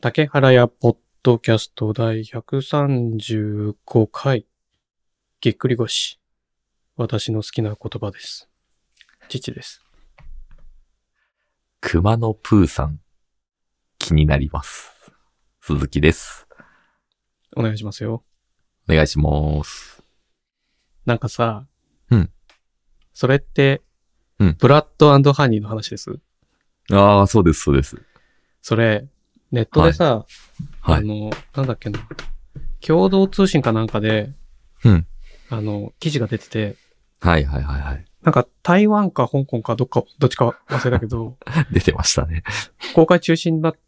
竹原屋ポッドキャスト第135回。ぎっくり腰。私の好きな言葉です。父です。 熊野プーさん、気になります。鈴木です。 お願いしますよ。 お願いします。 なんかさ、それって、 ブラッド&ハニーの話です。 ああ、そうです、そうです。 それ、ネットでさ、 はい。 なんだっけな、共同通信かなんかで、記事が出てて、 はい。 なんか台湾か香港かどっちか忘れたけど、 出てましたね。 公開中止になった。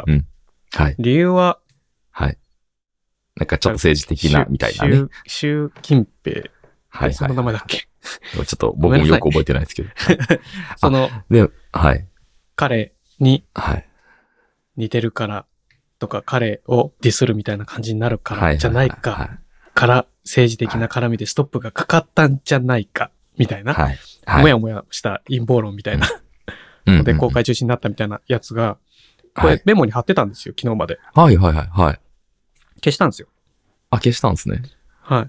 はい。 理由は、 はい。なんかちょっと政治的なみたいなね。 習近平。 はい。 その名前だっけ。 ちょっと僕もよく覚えてないですけど。 彼に、 はい。 似てるからとか彼をディスるみたいな感じになるからじゃないかから政治的な絡みでストップがかかったんじゃないかみたいな、もやもやした陰謀論みたいなので公開中止になったみたいなやつが、これメモに貼ってたんですよ、昨日まで。 はい。 消したんですよ。 あ、消したんですね。 はい。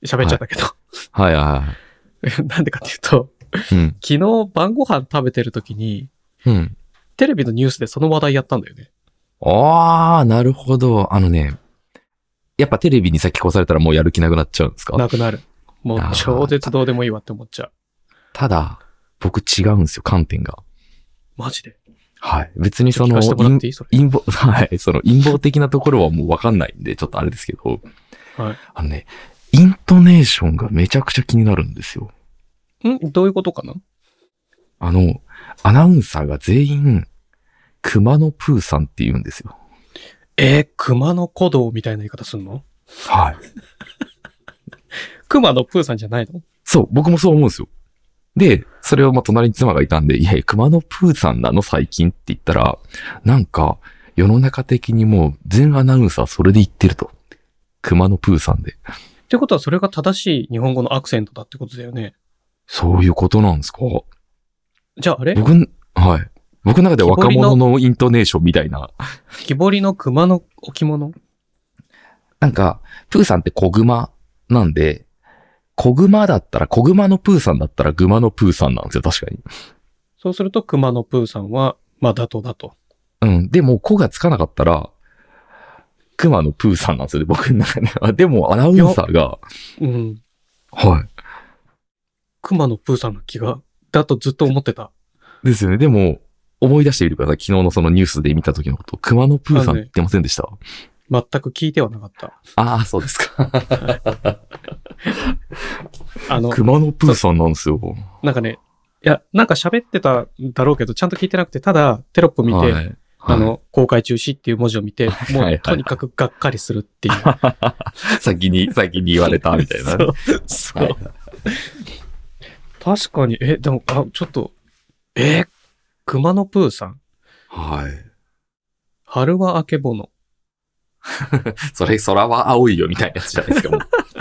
喋っちゃったけど。 はい。 なんでかっていうと、昨日晩ご飯食べてる時に、テレビのニュースでその話題やったんだよね。 ああ、なるほど。やっぱテレビに先越されたらもうやる気なくなっちゃうんですか？ なくなる。もう超絶どうでもいいわって思っちゃう。 ただ、僕違うんですよ、観点が。 マジで？ はい。別にその、その陰謀的なところはもうわかんないんで、ちょっとあれですけど。 はい。 イントネーションがめちゃくちゃ気になるんですよ。 どういうことかな？ アナウンサーが全員、熊野プーさんって言うんですよ。 熊野古道みたいな言い方すんの？ はい。 熊野プーさんじゃないの？ そう、僕もそう思うんですよ。で、それを隣に妻がいたんで、いや、熊野プーさんなの最近って言ったら、なんか、世の中的にもう全アナウンサーそれで言ってると。熊野プーさんで。 ってことはそれが正しい日本語のアクセントだってことだよね。 そういうことなんですか？ じゃああれ？ 僕の中で若者のイントネーションみたいな。 木彫りの熊の置物？ なんか、プーさんって小熊なんで、小熊だったら、小熊のプーさんだったら、熊のプーさんなんですよ、確かに。 そうすると、熊のプーさんは、妥当だと。 でも、子がつかなかったら、熊のプーさんなんですよね、僕の中で。でも、アナウンサーが。はい。 熊のプーさんの気が、だとずっと思ってた。 ですよね。でも、思い出してみてください。昨日のそのニュースで見た時のこと。熊のプーさんって言ってませんでした？ 全く聞いてはなかった。 ああ、そうですか。熊のプーさんなんですよ。 なんかね、いや、なんか喋ってたんだろうけど、ちゃんと聞いてなくて、ただテロップ見て、公開中止っていう文字を見て、もうとにかくがっかりするっていう。 先に言われたみたいな。 そう。確かに、でも、ちょっと、熊野プーさん。 はい。 春はあけぼの。 空は青いよみたいなやつじゃないですか、もう。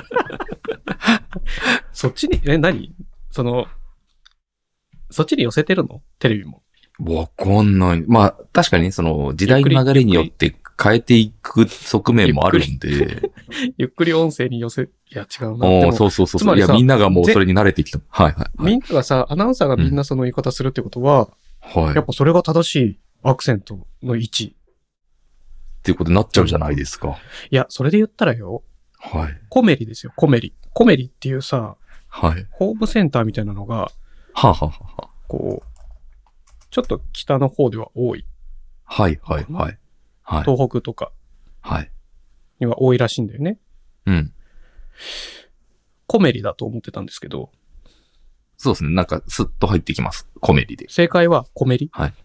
そっちに、何？そっちに寄せてるの？テレビも。 わかんない。まあ、確かにその時代の流れによって変えていく側面もあるんで。 ゆっくり音声に寄せ、いや違うな。 そう。つまりみんながもうそれに慣れてきた。はい。 みんながさ、アナウンサーがみんなその言い方するってことは、やっぱそれが正しいアクセントの位置。 っていうことになっちゃうじゃないですか。 いや、それで言ったらよ。 はい。 コメリですよ、コメリ。コメリっていうさ、 はい。 ホームセンターみたいなのが、こう、ちょっと北の方では多い。 はい。 東北とか。 はい。 には多いらしいんだよね。コメリだと思ってたんですけど。 そうですね。なんかスッと入ってきます。コメリで。 正解はコメリ。 はい。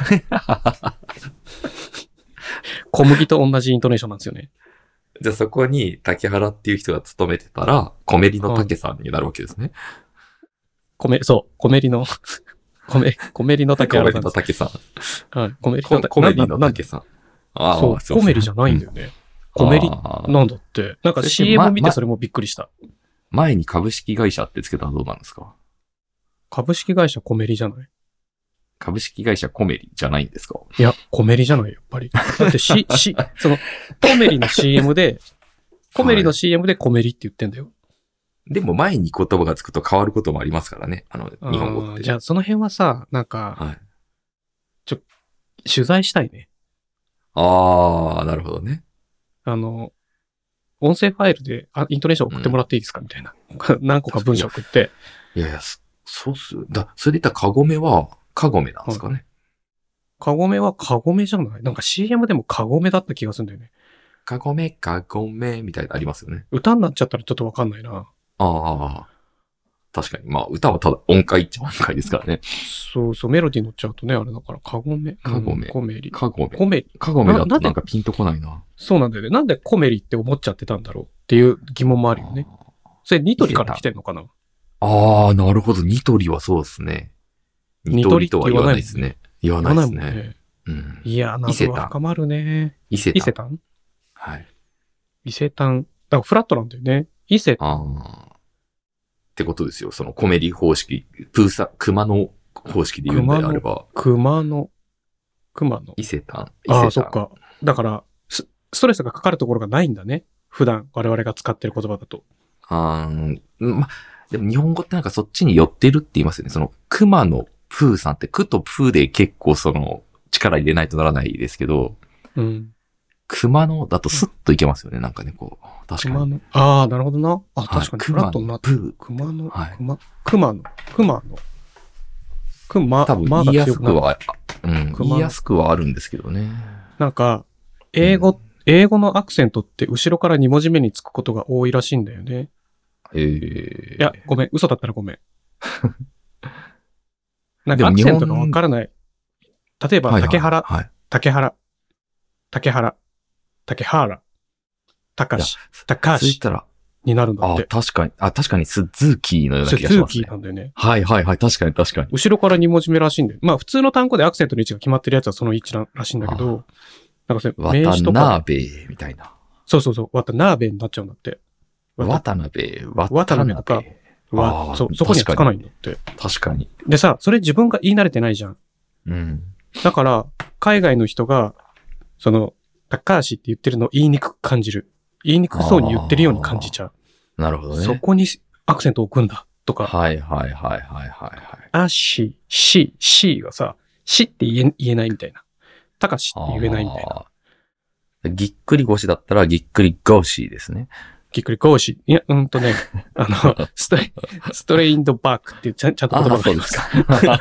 小麦と同じイントネーションなんですよね。 じゃあそこに竹原っていう人が勤めてたら、コメリの竹さんになるわけですね。 コメリのコメリの竹原さん。 コメリの竹さん。 はい。コメリの竹さん。 そう、コメリじゃないんだよね。コメリなんだって。なんか CM 見てそれもびっくりした。 前に株式会社ってつけたらどうなんですか？ 株式会社コメリじゃない？ 株式会社コメリじゃないんですか？ いや、コメリじゃない、やっぱり。だってその、コメリの CM で、コメリの CM でコメリって言ってんだよ。 でも前に言葉がつくと変わることもありますからね。日本語って。 じゃあその辺はさ、なんか、 はい。 取材したいね。 あー、なるほどね。 音声ファイルでイントネーション送ってもらっていいですか、みたいな。何個か文章送って。 いやいや、そうっす。それで言ったらカゴメは、カゴメなんですかね。 カゴメはカゴメじゃない？なんか CM でもカゴメだった気がするんだよね。 カゴメ、カゴメみたいなのありますよね。 歌になっちゃったらちょっとわかんないな。 ああ。確かに。まあ、歌はただ音階っちゃ音階ですからね。 そうそう、メロディー乗っちゃうとね、あれだから、カゴメ。 カゴメ。 コメリ。 カゴメ。 コメリ。 カゴメだとなんかピンとこないな。 そうなんだよね。なんでコメリって思っちゃってたんだろうっていう疑問もあるよね。それニトリから来てんのかな？ ああ、なるほど。ニトリはそうですね。ニトリとは言わないですね。言わないですね。うん。 いや、謎は深まるね。伊勢丹？ はい。 伊勢丹。だからフラットなんだよね。伊勢丹。 ああ。ってことですよ。そのコメリ方式、熊の方式で言うんであれば。 熊の。 伊勢丹。 ああ、そっか。だから、ストレスがかかるところがないんだね。普段我々が使ってる言葉だと。 でも日本語ってなんかそっちに寄ってるって言いますよね。その、熊のプーさんって、クとプーで結構その、力入れないとならないですけど、 うん。 熊のだとスッといけますよね。なんかね、こう。確かに。 熊の。ああ、なるほどな。あ、確かに。 フラットになってる。 熊の。 はい。 多分言いやすくは、言いやすくはあるんですけどね。 なんか、英語のアクセントって後ろから2文字目につくことが多いらしいんだよね。いや、ごめん。嘘だったらごめん。なんかアクセントがわからない。例えば、竹原、高橋になるんだって。 確かにスズーキーのような気がしますね。 スズーキーなんだよね。 はい。確かに。 後ろから2文字目らしいんだよ。まあ普通の単語でアクセントの位置が決まってるやつはその位置らしいんだけど、なんかそれ、名詞とか。 渡辺みたいな。 そう。渡辺になっちゃうんだって。 渡辺とか。そこにはつかないんだって。 確かに。 でさ、それ自分が言い慣れてないじゃん。 うん。 だから、海外の人が、その、高橋って言ってるのを言いにくく感じる。言いにくそうに言ってるように感じちゃう。 なるほどね。 そこにアクセントを置くんだ、とか。 はい。 しがさ、しって言えないみたいな。高しって言えないみたいな。 ぎっくり腰だったらぎっくり腰ですね。 ぎっくり腰。いや、ストレインドバックっていうちゃんと言葉がありますか。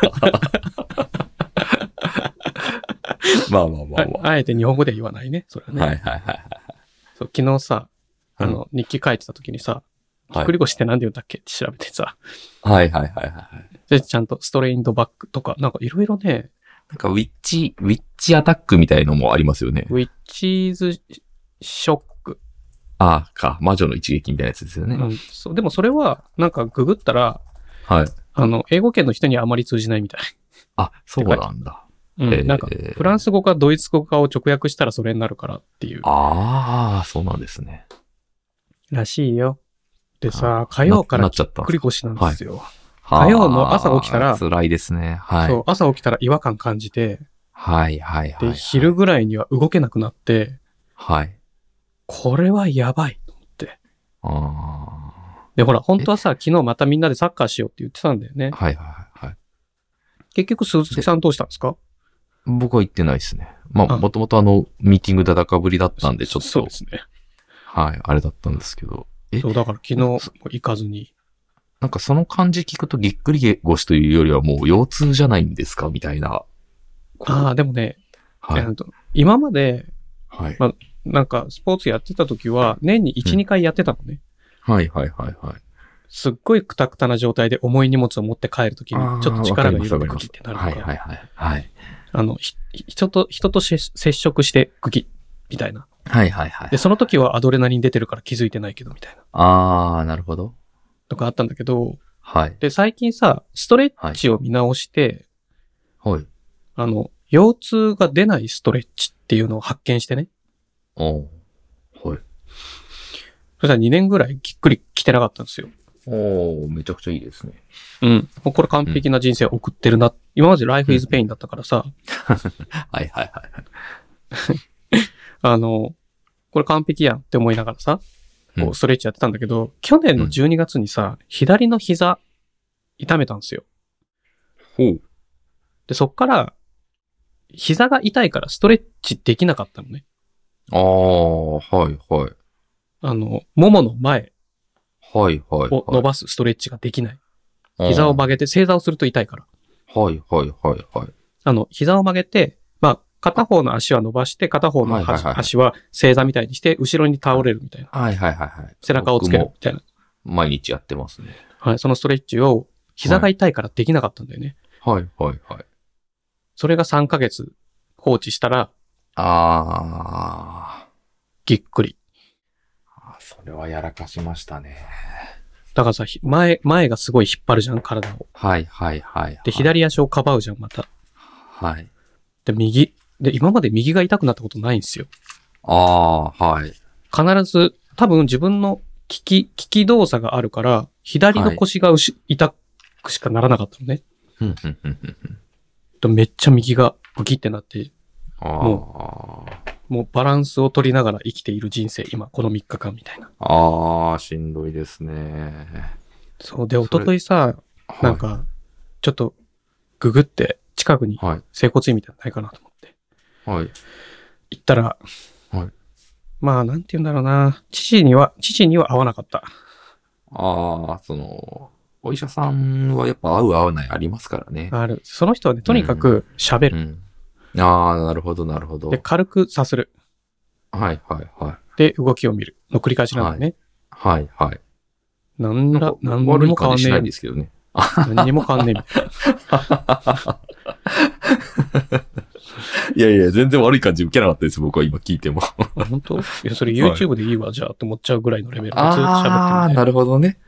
まあ。 あえて日本語では言わないね。それはね。 はい。 そう、昨日さ、日記書いてた時にさ、ぎっくり腰って何で言うんだっけって調べてさ。 はい。 で、ちゃんとストレインドバックとか、なんかいろいろね。 なんかウィッチアタックみたいのもありますよね。 ウィッチーズショック。 魔女の一撃みたいなやつですよね。 そう、でもそれは、なんかググったら、 はい。 英語圏の人にはあまり通じないみたい。 そうなんだ。 なんか、フランス語かドイツ語かを直訳したらそれになるからっていう。 そうなんですね。 らしいよ。でさ、火曜からぎっくり腰なんですよ。 火曜の朝起きたら、 辛いですね。はい。 そう、朝起きたら違和感感じて、 はい。 で、昼ぐらいには動けなくなって、 はい。 これはやばいと思って。で、ほら、本当はさ、昨日またみんなでサッカーしようって言ってたんだよね。 はい。 結局、鈴木さんどうしたんですか？ 僕は行ってないですね。もともとミーティングだだかぶりだったんで、ちょっと。 そうですね。 はい、あれだったんですけど。 そう、だから昨日も行かずに。 なんかその感じ聞くとぎっくり腰というよりはもう腰痛じゃないんですかみたいな。 でもね、今まで、なんかスポーツやってた時は年に1、2回やってたのね。 はい。 すっごいクタクタな状態で重い荷物を持って帰るときにちょっと力が緩むグキってなるから。 はい。 人と接触してグキみたいな。 はい。 で、その時はアドレナリン出てるから気づいてないけどみたいな。なるほど。 とかあったんだけど、 はい。 で、最近さ、ストレッチを見直して、 はい。 腰痛が出ないストレッチっていうのを発見してね。 はい。 そしたら2年ぐらいぎっくり来てなかったんですよ。 おー、めちゃくちゃいいですね。 うん。もうこれ完璧な人生を送ってるな。今まで Life is Pain だったからさ、 はいはいはい。 これ完璧やんって思いながらさ、こううストレッチやってたんだけど、去年の12月にさ、左の膝痛めたんですよ。 ほう。 で、そっから膝が痛いからストレッチできなかったのね。 ああ、はいはい。 ももの前はいはい。 を伸ばすストレッチができない。 はい。 膝を曲げて正座をすると痛いから。 はいはいはいはい。 膝を曲げて、まあ、片方の足は伸ばして、片方の足は正座みたいにして、後ろに倒れるみたいな。 はいはいはいはい。 背中をつけるみたいな。 毎日やってますね。 はい、そのストレッチを膝が痛いからできなかったんだよね。 はいはいはい。 それが3ヶ月放置したら、ぎっくり。 それはやらかしましたね。 だからさ、前がすごい引っ張るじゃん、体を。 はいはいはい。 で、左足をかばうじゃん、また。 はい。 で、今まで右が痛くなったことないんですよ。 はい。 必ず、多分自分の利き動作があるから、左の腰が痛くしかならなかったのね。めっちゃ右がグキってなって、もうバランスを取りながら生きている人生、今、この3日間みたいな。 しんどいですね。 そうで、一昨日さ、なんか、ちょっと、ググって、近くに整骨院みたいなのないかなと思って。 はい。 行ったら、 はい。 まあ、なんて言うんだろうな。父には合わなかった。 お医者さんはやっぱ合う合わないありますからね。 ある。その人はね、とにかく喋る。 なるほど、なるほど。 で、軽くさする。 はい、はい、はい。 で、動きを見る。の繰り返しなんだよね。 はい、はい。 何にも変わんねえ。 ないですけどね。 何にも変わんねえみたいな。 いやいや、全然悪い感じ受けなかったです、僕は今聞いても。 本当？いや、それ YouTube でいいわ、じゃあ、と思っちゃうぐらいのレベルでずっと喋ってる。 なるほどね。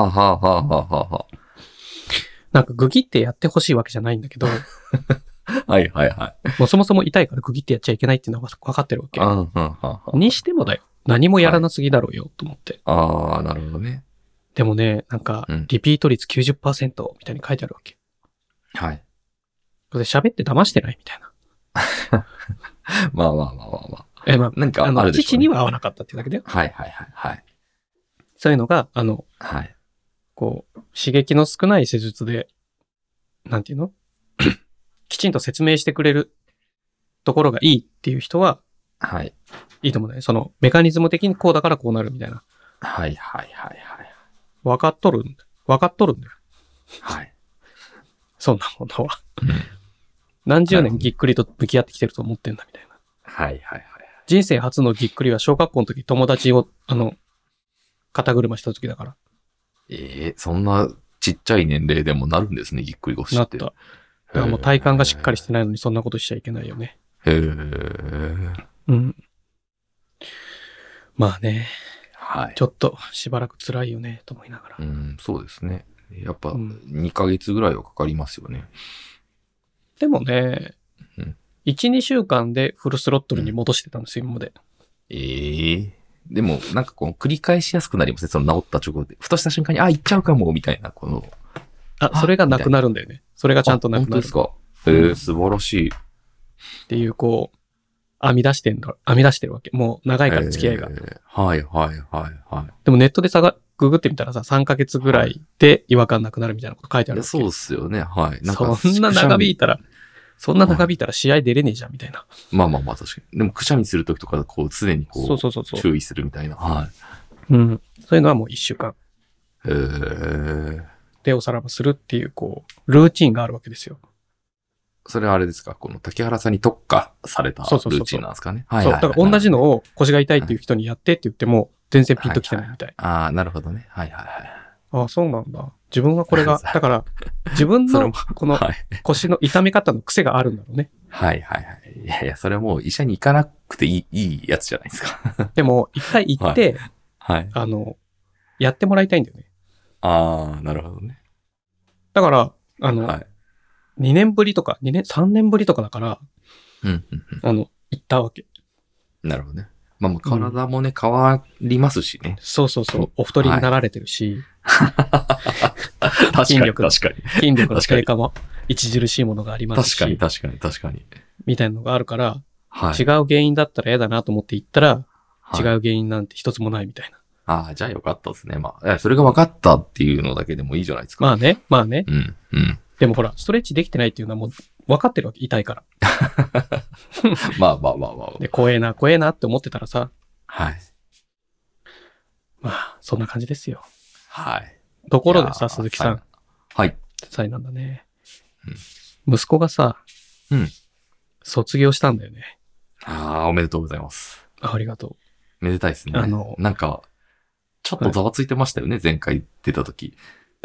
なんかグギってやってほしいわけじゃないんだけど。 はいはいはい。 もうそもそも痛いからグギってやっちゃいけないっていうのは分かってるわけ。にしてもだよ。何もやらなすぎだろうよ、と思って。 なるほどね。 でもね、なんか、リピート率 90% みたいに書いてあるわけ。 はい。 これ喋って騙してないみたいな。 まあ。 なんかあるでしょうね。父には合わなかったっていうだけだよ。 はいはいはいはい。 そういうのが、 はい。 こう、刺激の少ない施術で、なんていうのきちんと説明してくれるところがいいっていう人は、 はい。 いいと思うね。その、メカニズム的にこうだからこうなるみたいな。 はいはいはいはい。 分かっとるんだよ。 はい。 そんなものは。何十年ぎっくりと向き合ってきてると思ってんだみたいな。 はいはいはい。 人生初のぎっくりは小学校の時友達を、肩車した時だから。 そんなちっちゃい年齢でもなるんですね、ぎっくり腰って。 なった。だからもう体幹がしっかりしてないのにそんなことしちゃいけないよね。うん。まあね。 はい。 ちょっとしばらく辛いよね、と思いながら。 そうですね。やっぱ2ヶ月ぐらいはかかりますよね。 でもね、1、2週間でフルスロットルに戻してたんですよ、今まで。 でも、なんかこの繰り返しやすくなりますね、その治った直後で。ふとした瞬間に、行っちゃうかも、みたいな、 それがなくなるんだよね。それがちゃんとなくなる。 本当ですか？素晴らしい。 っていう、こう、編み出してるわけ。もう長いから付き合いが。 はい。 でもネットでググってみたらさ、3ヶ月ぐらいで違和感なくなるみたいなこと書いてあるわけ。 そうっすよね、はい。 なんかそんな長引いたら試合出れねえじゃん、みたいな。 まあ、確かに。でも、くしゃみするときとか、常に注意するみたいな。はい。 そういうのはもう1週間。でおさらばするっていう、ルーチンがあるわけですよ。 それはあれですか？この竹原さんに特化されたルーチンなんですかね。 そう。だから同じのを腰が痛いっていう人にやってって言っても、全然ピンときてないみたい。 なるほどね。はい。 そうなんだ。自分はこれが、だから、自分のこの腰の痛め方の癖があるんだろうね。 はい。いや、それはもう医者に行かなくていいやつじゃないですか。 でも、一回行って、やってもらいたいんだよね。 なるほどね。 だから、2年ぶりとか、3年ぶりとかだから、行ったわけ。 なるほどね。まあ、体もね、変わりますしね。 そう。お太りになられてるし。 筋力の低下も著しいものがありますし。 確かに。 みたいなのがあるから、違う原因だったら嫌だなと思って行ったら、違う原因なんて一つもないみたいな。 ああ、じゃあよかったですね。まあ、それが分かったっていうのだけでもいいじゃないですか。 まあね。 うん。 でもほら、ストレッチできてないっていうのはもう分かってるわけ、痛いから。 まあ。 で、怖えなって思ってたらさ。 はい。 まあ、そんな感じですよ。 はい。 ところでさ、鈴木さん。 はい。 災難だね。息子がさ、卒業したんだよね。 ああ、おめでとうございます。 ありがとう。 めでたいですね。なんか、ちょっとざわついてましたよね、前回出た時。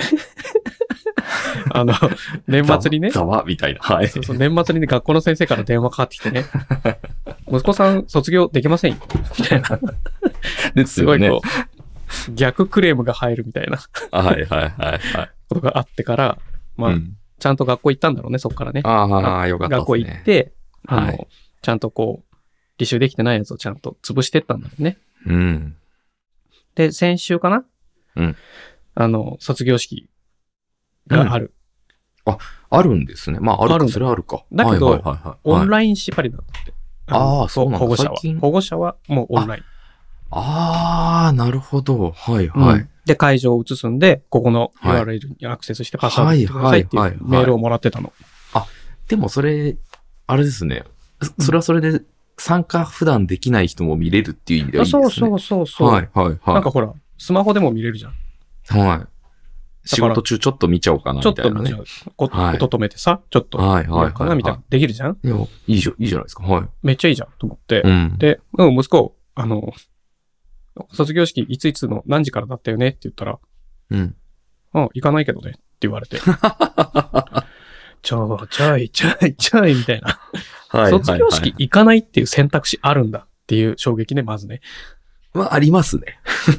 年末にね。 ざわみたいな。はい。 そう、年末にね、学校の先生から電話かかってきてね。息子さん卒業できませんよ。みたいな。 ですよね。 すごい逆クレームが入るみたいな。 はい。 ことがあってから、まあ、ちゃんと学校行ったんだろうね、そっからね。 ああ、よかったですね。 学校行って、ちゃんと履修できてないやつをちゃんと潰してったんだろうね。で、先週かな？卒業式がある。 あるんですね。まあ、あるか、それはあるか。 だけど、オンライン縛りなんだって。 ああ、そうなんだ。 保護者はもうオンライン。 ああ、なるほど。はい。 で、会場を移すんで、ここの URL にアクセスしてパスワード入れてくださいっていうメールをもらってたの。 あ、でもそれ、あれですね。それはそれで参加普段できない人も見れるっていう意味ではいいですね。 そう。はい。なんかほら、スマホでも見れるじゃん。 はい。仕事中ちょっと見ちゃおうかなみたいなね。 ちょっと見ちゃう。音止めてさ、ちょっと。 はい。 みたいな。できるじゃん？ いや、いいじゃないですか。はい。 めっちゃいいじゃんと思って。で、息子、卒業式いつの何時からだったよねって言ったら、行かないけどねって言われて。ちょいみたいな。卒業式行かないっていう選択肢あるんだっていう衝撃ね、まずね。 ありますね。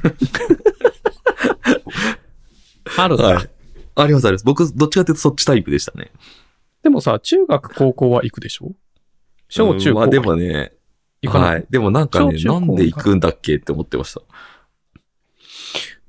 あるんだ。はい。 あります。僕、どっちかというとそっちタイプでしたね。 でもさ、中学、高校は行くでしょ？小中高。 まあでもね、はい。でもなんかね、なんで行くんだっけって思ってました。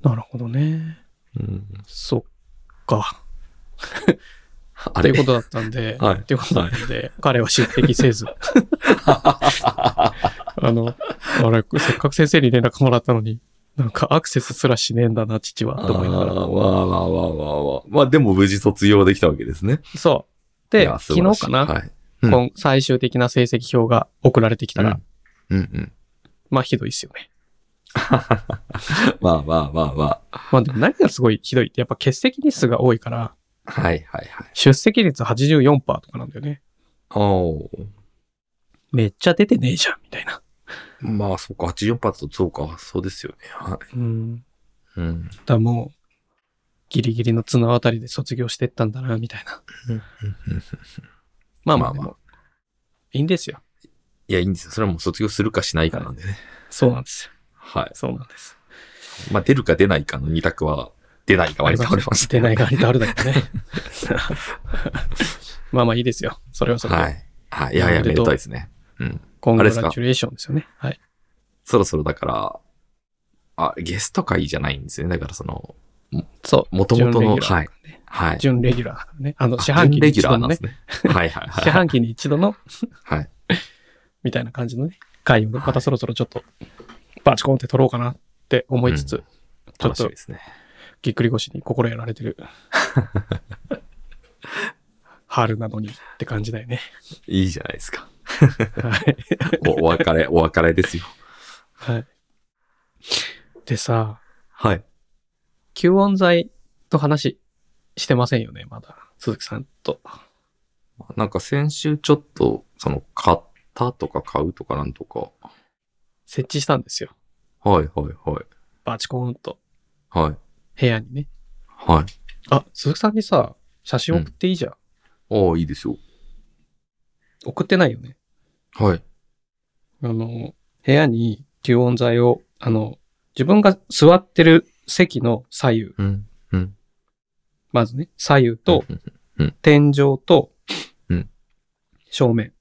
なるほどね。そっか。っていうことだったんで、彼は出席せず。あれ、せっかく先生に連絡もらったのに、なんかアクセスすらしねえんだな、父は、と思いながら。 まあでも無事卒業できたわけですね。 そう。で、昨日かな、最終的な成績表が送られてきたら、まあひどいっすよね。 まあ。 まあでも何がすごいひどいって、やっぱ欠席日数が多いから、 はい。 出席率 84% とかなんだよね。めっちゃ出てねえじゃん、みたいな。 まあ、そうか、84%とそうか、そうですよね。はい。 だもう、ギリギリの綱渡りで卒業してったんだな、みたいな。まあでも、いいんですよ。 いや、いいんですよ。それはもう卒業するかしないかなんでね。 そうなんですよ。 はい。 そうなんです。 まあ、出るか出ないかの2択は、出ない側に倒れます。 出ない側に倒れだけどね。まあいいですよ。それはそれで。 はい。いや、めでたいですね。 コングラチュレーションですよね。はい。 そろそろだから、ゲスト会じゃないんですよね。だからそう。 元々の、 はい。準レギュラーだからね。四半期に一度のね。 はい。 四半期に一度の、 はい。 みたいな感じのね、会をまたそろそろちょっと、バチコンって取ろうかなって思いつつ、ちょっと、ぎっくり腰に心やられてる。春なのにって感じだよね。 いいじゃないですか。 はい。 お別れですよ。 はい。でさ、 はい。 吸音材と話してませんよね、まだ。鈴木さんと。 なんか先週ちょっと、買ったとか買うとかなんとか。 設置したんですよ。 はい。 バチコーンと。 はい。 部屋にね。 はい。 あ、鈴木さんにさ、写真送っていいじゃん。 ああ、いいですよ。 送ってないよね。 はい。 部屋に吸音材を、自分が座ってる席の左右。まずね、左右と、天井と、正面。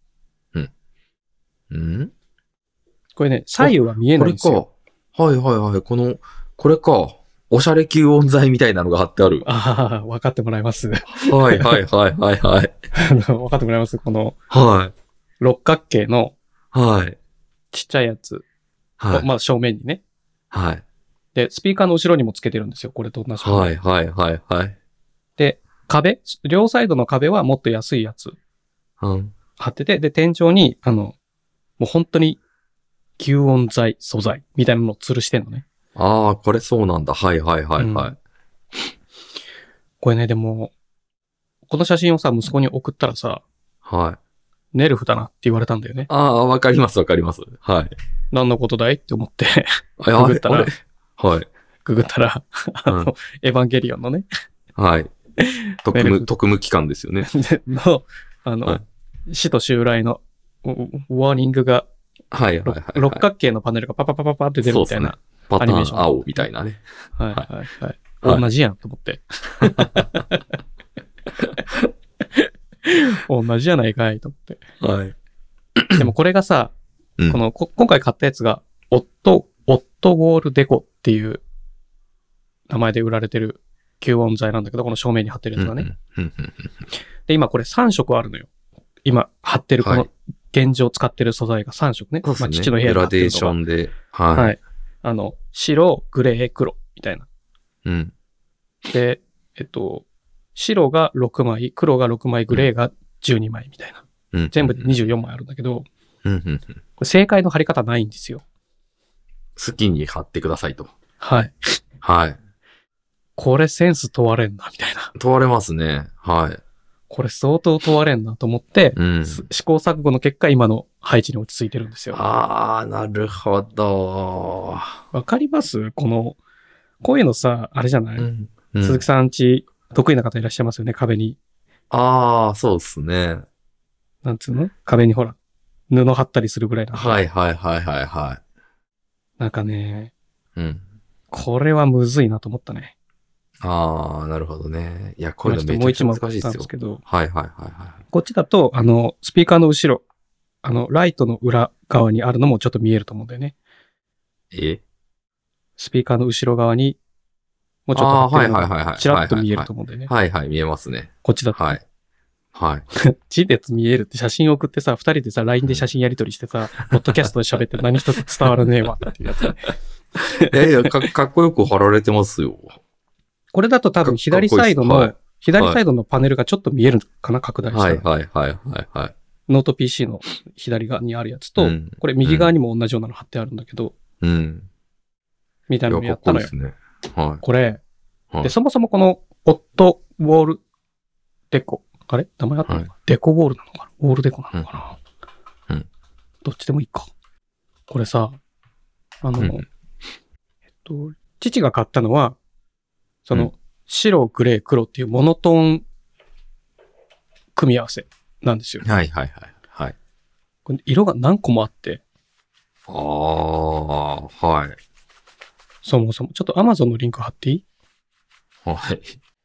これね、左右は見えないんですよ。 これか。はい。これか。 おしゃれ吸音材みたいなのが貼ってある。 ああ、分かってもらえます。 はいはいはいはいはい。 分かってもらえます。この、 はい。 六角形の、 はい。 ちっちゃいやつ。 はい。 まあ正面にね。 はい。 で、スピーカーの後ろにもつけてるんですよ。これと同じ。 はいはいはいはい。 で、両サイドの壁はもっと安いやつ。 うん。 貼ってて、で、天井に、もう本当に、吸音材、素材、みたいなのを吊るしてんのね。 ああ、これそうなんだ。はいはいはいはい。 うん、これね、でも、この写真をさ、息子に送ったらさ、 はい。 ネルフだなって言われたんだよね。 ああ、わかりますわかります。はい。 何のことだいって思ってググったら、はい。 ググったら、エヴァンゲリオンのね。 はい。特務機関ですよね。 の、死と襲来のウォーニングが、 はいはいはい。 六角形のパネルがパパパパパって出るみたいな。 パターン青みたいなね。 はいはいはい。同じやんと思って。同じじゃないかいと思って。 はい。 でもこれがさ、今回買ったやつが、オットウォールデコっていう名前で売られてる吸音材なんだけど、この正面に貼ってるやつがね。で、今これ3色あるのよ。今貼ってるこの現状使ってる素材が3色ね。 そうですね。 まあ、父の部屋グラデーションで。はい。 白、グレー、黒みたいな。 うん。 で、白が6枚、黒が6枚、グレーが12枚みたいな。うん、全部で24枚あるんだけど、これ正解の貼り方ないんですよ。 好きに貼ってくださいと。 はい。 はい。 これセンス問われんな、みたいな。 問われますね。はい。 これ相当問われんなと思って、試行錯誤の結果今の配置に落ち着いてるんですよ。 ああ、なるほど。 わかります？こういうのさ、あれじゃない？鈴木さんち得意な方いらっしゃいますよね、壁に。 ああ、そうですね。 なんつうの？壁にほら、布貼ったりするぐらいな。 はいはいはいはいはい。 なんかね、これはむずいなと思ったね。 ああ、なるほどね。いや、これめちゃくちゃ難しいですよ。 けど、 はいはいはいはい。 こっちだと、スピーカーの後ろ、ライトの裏側にあるのもちょっと見えると思うんだよね。スピーカーの後ろ側に、もうちょっと貼ってるのがちらっと見えると思うんだよね。 はいはい、見えますね。 こっちだと。 はい。はい。 地で見えるって写真送ってさ、二人でさ、LINE で写真やり取りしてさ、ポッドキャストで喋って何一つ伝わらねえわっていうやつ。 いや、かっこよく貼られてますよ。 これだと多分左サイドのパネルがちょっと見えるかな、拡大したら。 はいはいはいはい。 ノート PC の左側にあるやつと、これ右側にも同じようなの貼ってあるんだけど、みたいなのやったのよ。これ、で、そもそもこの、オットウォールデコ、あれ名前あったのか、デコウォールなのかな、ウォールデコなのかな、どっちでもいいか。これさ、父が買ったのは、その、白、グレー、黒っていうモノトーン組み合わせなんですよ。 はいはいはい。はい。 これ色が何個もあって。 ああ、はい。 そもそも。ちょっと Amazon のリンク貼っていい？ はい。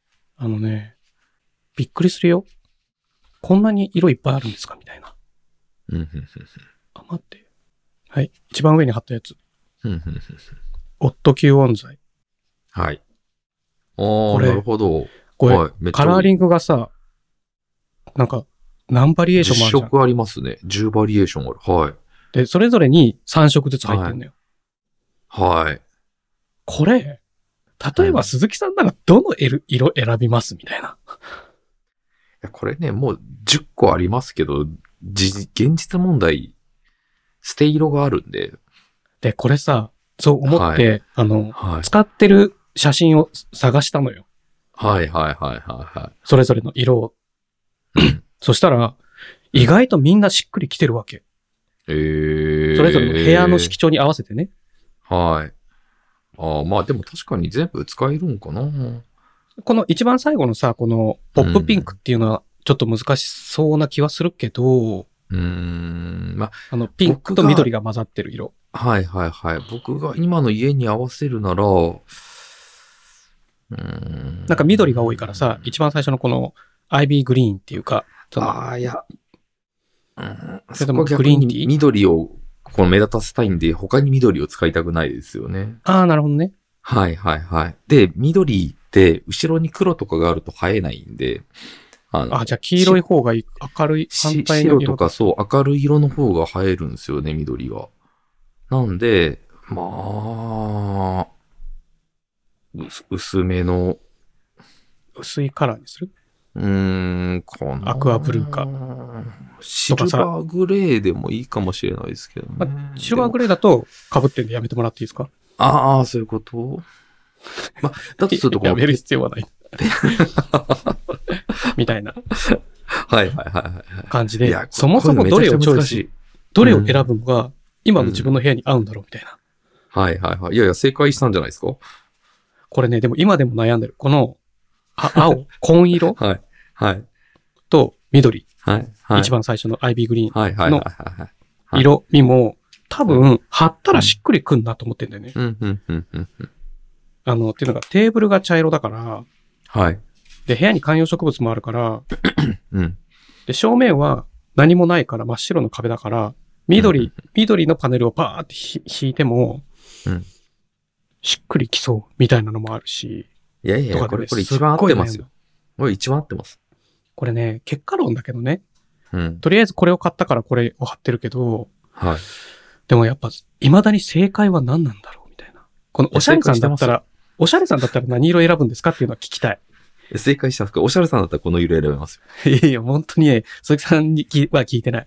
びっくりするよ。こんなに色いっぱいあるんですかみたいな。あ、待って。はい。一番上に貼ったやつ。オット吸音材。 はい。ああ、なるほど。 これ、カラーリングがさ、なんか、何バリエーションもあるじゃん。 10色ありますね。10バリエーションある。はい。 で、それぞれに3色ずつ入ってんのよ。 はい。 これ、例えば鈴木さんならどの色選びますみたいな。いや、これね、もう10個ありますけど、現実問題、捨て色があるんで。 で、これさ、そう思って、使ってる写真を探したのよ。 はいはいはいはい。 それぞれの色を。そしたら、意外とみんなしっくりきてるわけ。それぞれの部屋の色調に合わせてね。 はい。ああ、まあでも確かに全部使えるんかな。 この一番最後のさ、このポップピンクっていうのはちょっと難しそうな気はするけど、まあ、ピンクと緑が混ざってる色。 はいはいはい。僕が今の家に合わせるなら、 なんか緑が多いからさ、一番最初のこのアイビーグリーンっていうか、 いや。 それともグリーンティー？ 緑をこの目立たせたいんで、他に緑を使いたくないですよね。 ああ、なるほどね。 はいはいはい。で、緑って後ろに黒とかがあると映えないんで、 じゃあ黄色い方がいい。明るい、反対の色白とかそう、明るい色の方が映えるんですよね、緑は。なんで、まあ、薄めの、 薄いカラーにする？ かな。 アクアブルーか。 シルバーグレーでもいいかもしれないですけどね。 シルバーグレーだと被ってんでやめてもらっていいですか？ ああ、そういうことまあ、だとするとやめる必要はない。みたいなはいはいはい感じで、そもそもどれをチョイス、どれを選ぶのが今の自分の部屋に合うんだろうみたいな。 はいはいはい。いやいや、正解したんじゃないですか？ これね、でも今でも悩んでる。この、青、紺色はい。はい。 と緑。 はい。はい。 一番最初のアイビーグリーンのはい。 色味も多分貼ったらしっくりくんなと思ってんだよね。っていうのがテーブルが茶色だから、はい。で、部屋に観葉植物もあるから、うん。で、正面は何もないから真っ白の壁だから、緑のパネルをパーって引いても、うん。しっくりきそうみたいなのもあるし。 いやいや、これ一番合ってますよ。これ一番合ってます。 これね、結果論だけどね。うん。とりあえずこれを買ったからこれを貼ってるけど、はい。でもやっぱ、未だに正解は何なんだろうみたいな。このおしゃれさんだったら何色選ぶんですかっていうのは聞きたい。 正解したんですか？おしゃれさんだったらこの色選べますよ。いやいや、本当にね、鈴木さんには聞いてない。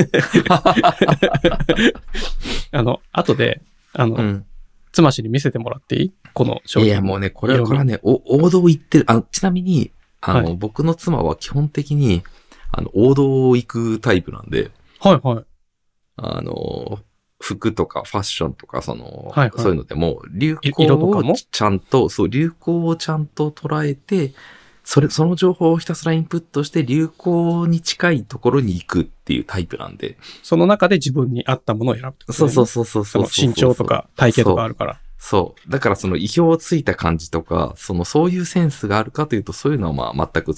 後で、うん、妻氏に見せてもらっていい？この商品。 いや、もうね、これからね、王道行ってる。ちなみに、はい、僕の妻は基本的に、王道を行くタイプなんで、 はいはい。 服とかファッションとか、はいはい、そういうのでも、流行をちゃんと、そう、流行をちゃんと捉えて、その情報をひたすらインプットして流行に近いところに行くっていうタイプなんで。 その中で自分に合ったものを選ぶってこと、 ね。そう。 身長とか体型とかあるから。 そう。だからその意表をついた感じとか、そういうセンスがあるかというと、そういうのはまあ全く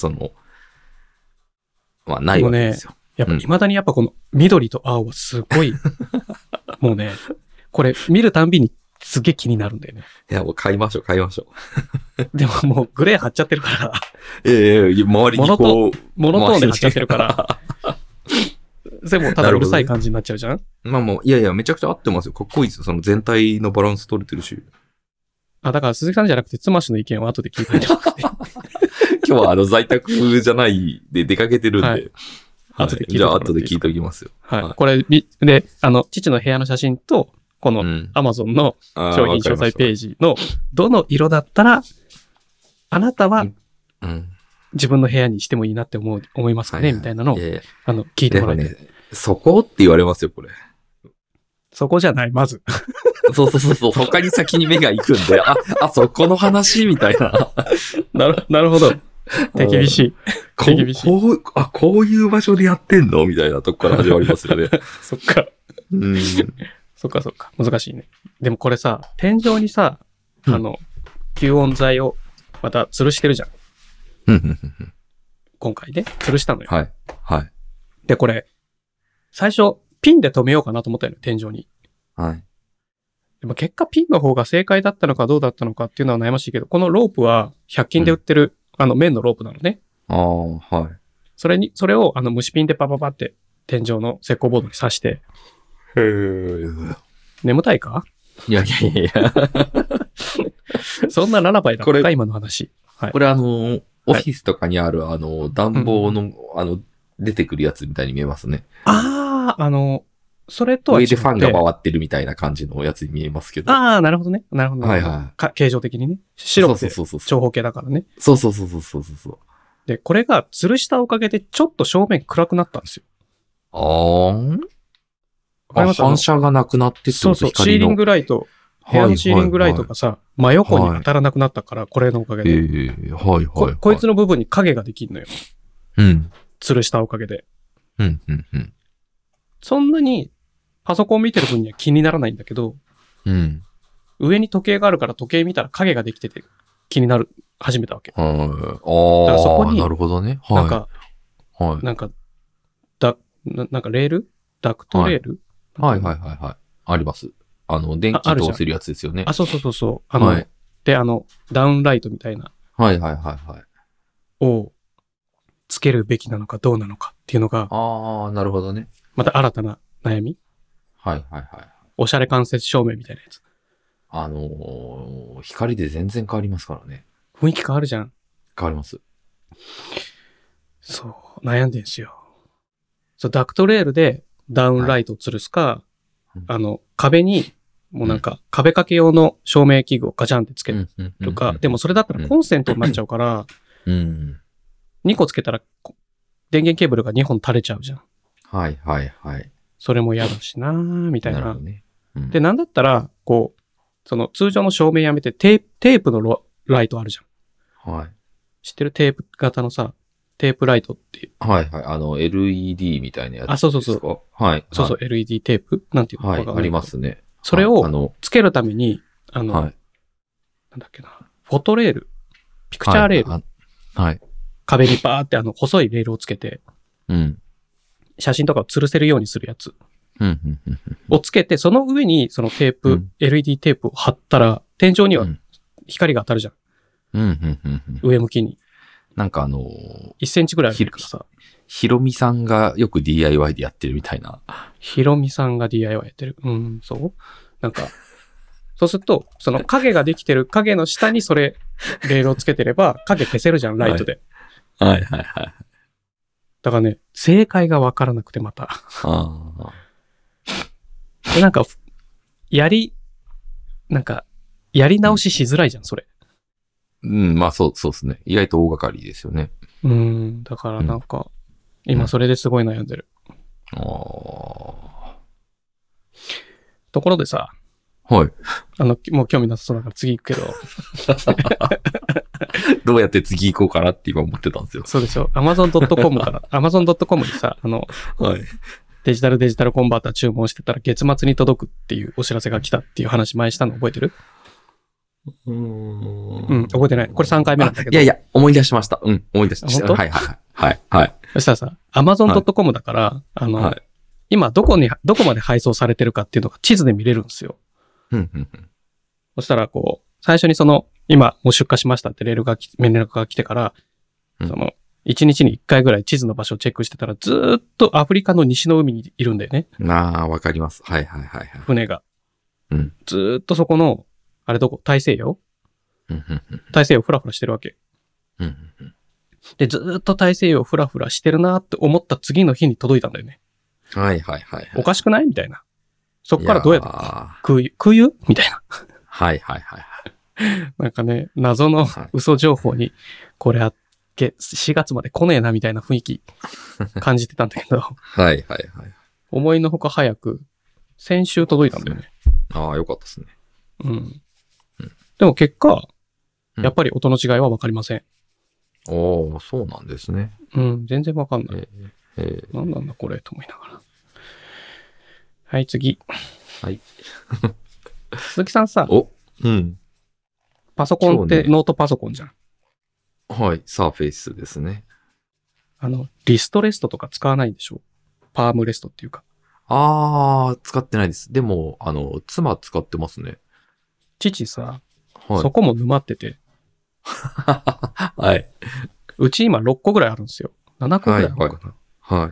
ないわけですよ。 やっぱ未だにやっぱこの緑と青はすごい、もうね、これ見るたんびにすげえ気になるんだよね。 いや、もう買いましょう。 でももうグレー貼っちゃってるから。 周りにこう。 モノトーンで貼っちゃってるから。でもただうるさい感じになっちゃうじゃん？ まあもう、いや、めちゃくちゃ合ってますよ。かっこいいですよ。その全体のバランス取れてるし。 だから鈴木さんじゃなくて妻氏の意見を後で聞いてみてもらって。 今日は在宅じゃないで出かけてるんで。はい、 後で聞いてじゃあ後で聞いておきますよ。 はい。これ、で、父の部屋の写真と、この Amazon の商品詳細ページのどの色だったら、あなたは自分の部屋にしてもいいなって思いますかね、みたいなのを聞いてもらえて。 ね、そこって言われますよ、これ。 そこじゃない、まず。 そう。他に先に目が行くんで、そこの話みたいな。 なるほど。手厳しい。 こういう場所でやってんのみたいなとこから始まりますよね。 そっか。そっか。難しいね。でもこれさ、天井にさ、吸音材をまた吊るしてるじゃん。今回ね、吊るしたのよ。 はい。 で、これ、最初、ピンで留めようかなと思ったのよ、天井に。はい。でも結果ピンの方が正解だったのかどうだったのかっていうのは悩ましいけど、このロープは100均で売ってる、綿のロープなのね。 はい。 それを虫ピンでパパパって天井の石膏ボードに刺して。眠たいか？ いや。 そんなララバイだったか今の話。 はい、これオフィスとかにある暖房の、出てくるやつみたいに見えますね。 それとは違って。 上でファンが回ってるみたいな感じのやつに見えますけど。 なるほどね。 はい。 形状的にね。白くて長方形だからね。 そう。 で、これが吊るしたおかげでちょっと正面暗くなったんですよ。 反射がなくなってってそう、シーリングライト。部屋のシーリングライトがさ、真横に当たらなくなったから、これのおかげで。こいつの部分に影ができるのよ。吊るしたおかげで。そんなにパソコン見てる分には気にならないんだけど、上に時計があるから時計見たら影ができてて気になる、始めたわけ。だからそこに、 なるほどね。 なんかレール？ダクトレール？ はい。あります。電気通せるやつですよね。 そう。 で、ダウンライトみたいな、 はいはいはいはい。 をつけるべきなのかどうなのかっていうのが、 ああ、なるほどね。 また新たな悩み。 はいはいはい。 おしゃれ間接照明みたいなやつ。 光で全然変わりますからね。 雰囲気変わるじゃん。 変わります。 そう、悩んでんすよ。そう、ダクトレールでダウンライトを吊るすか、 はい、 壁に、もうなんか、壁掛け用の照明器具をガチャンってつけるか、でもそれだったらコンセントになっちゃうから、2個つけたら、電源ケーブルが2本垂れちゃうじゃん。 はいはいはい。 それも嫌だしなーみたいな。 なるほどね。 で、なんだったら、こう、その通常の照明やめてテープのライトあるじゃん。 はい。 知ってるテープ型のさ、テープライトっていう。 はいはい。LED みたいなやつですか。 そうそうそう。 はい。 そうそう、LED テープなんていうのはい、ありますね。 それをつけるために、はい、なんだっけな、フォトレール、ピクチャーレール。 はい。 壁にバーって細いレールをつけて、写真とかを吊るせるようにするやつ。をつけて、その上にそのテープ、LED テープを貼ったら、天井には光が当たるじゃん。上向きに。 なんか 1センチぐらいあるからさ。 ヒロミさんがよく DIY でやってるみたいな。 ヒロミさんが DIY やってる。そう。なんか、そうすると、その影ができてる影の下にそれ、レールをつけてれば、影消せるじゃん、ライトで。 はいはいはい。 だからね、正解がわからなくてまた。で、なんか、やり直ししづらいじゃん、それ。 まあそうですね。意外と大掛かりですよね。 だからなんか、今それですごい悩んでる。ところでさ、 はい。 もう興味なさそうだから次行くけど。 どうやって次行こうかなって今思ってたんですよ。 そうでしょ。Amazon.com から、Amazon.com にさ、 はい。 デジタルコンバーター注文してたら月末に届くっていうお知らせが来たっていう話前したの覚えてる？覚えてない。これ3回目なんだけど。 いや、思い出しました。思い出しました。はい。 そしたらさ、Amazon.com だから、今どこまで配送されてるかっていうのが地図で見れるんですよ。そしたらこう、最初に今もう出荷しましたって連絡が来てから、1日に1回ぐらい地図の場所をチェックしてたら、ずーっとアフリカの西の海にいるんだよね。 わかります。はい。 船が。ずーっとそこの、あれ大西洋フラフラしてるわけ。で、ずーっと大西洋フラフラしてるなって思った次の日に届いたんだよね。 はい。 おかしくないみたいな。そっからどうやった空輸みたいな。 はい。 なんかね、謎の嘘情報に、これ4月まで来ねえなみたいな雰囲気感じてたんだけど。 はい。 思いのほか早く、先週届いたんだよね。 よかったですね。 でも結果、やっぱり音の違いはわかりません。 そうなんですね。 全然わかんない。何なんだこれと思いながら。はい、次。 はい。 鈴木さんさ、パソコンってノートパソコンじゃん。 はい、サーフェイスですね。 リストレストとか使わないんでしょ？パームレストっていうか。 使ってないです。でも、妻使ってますね。 父さ、そこも沼ってて。 はい。 うち今6個ぐらいあるんですよ。7個ぐらいあるのかな。 はい。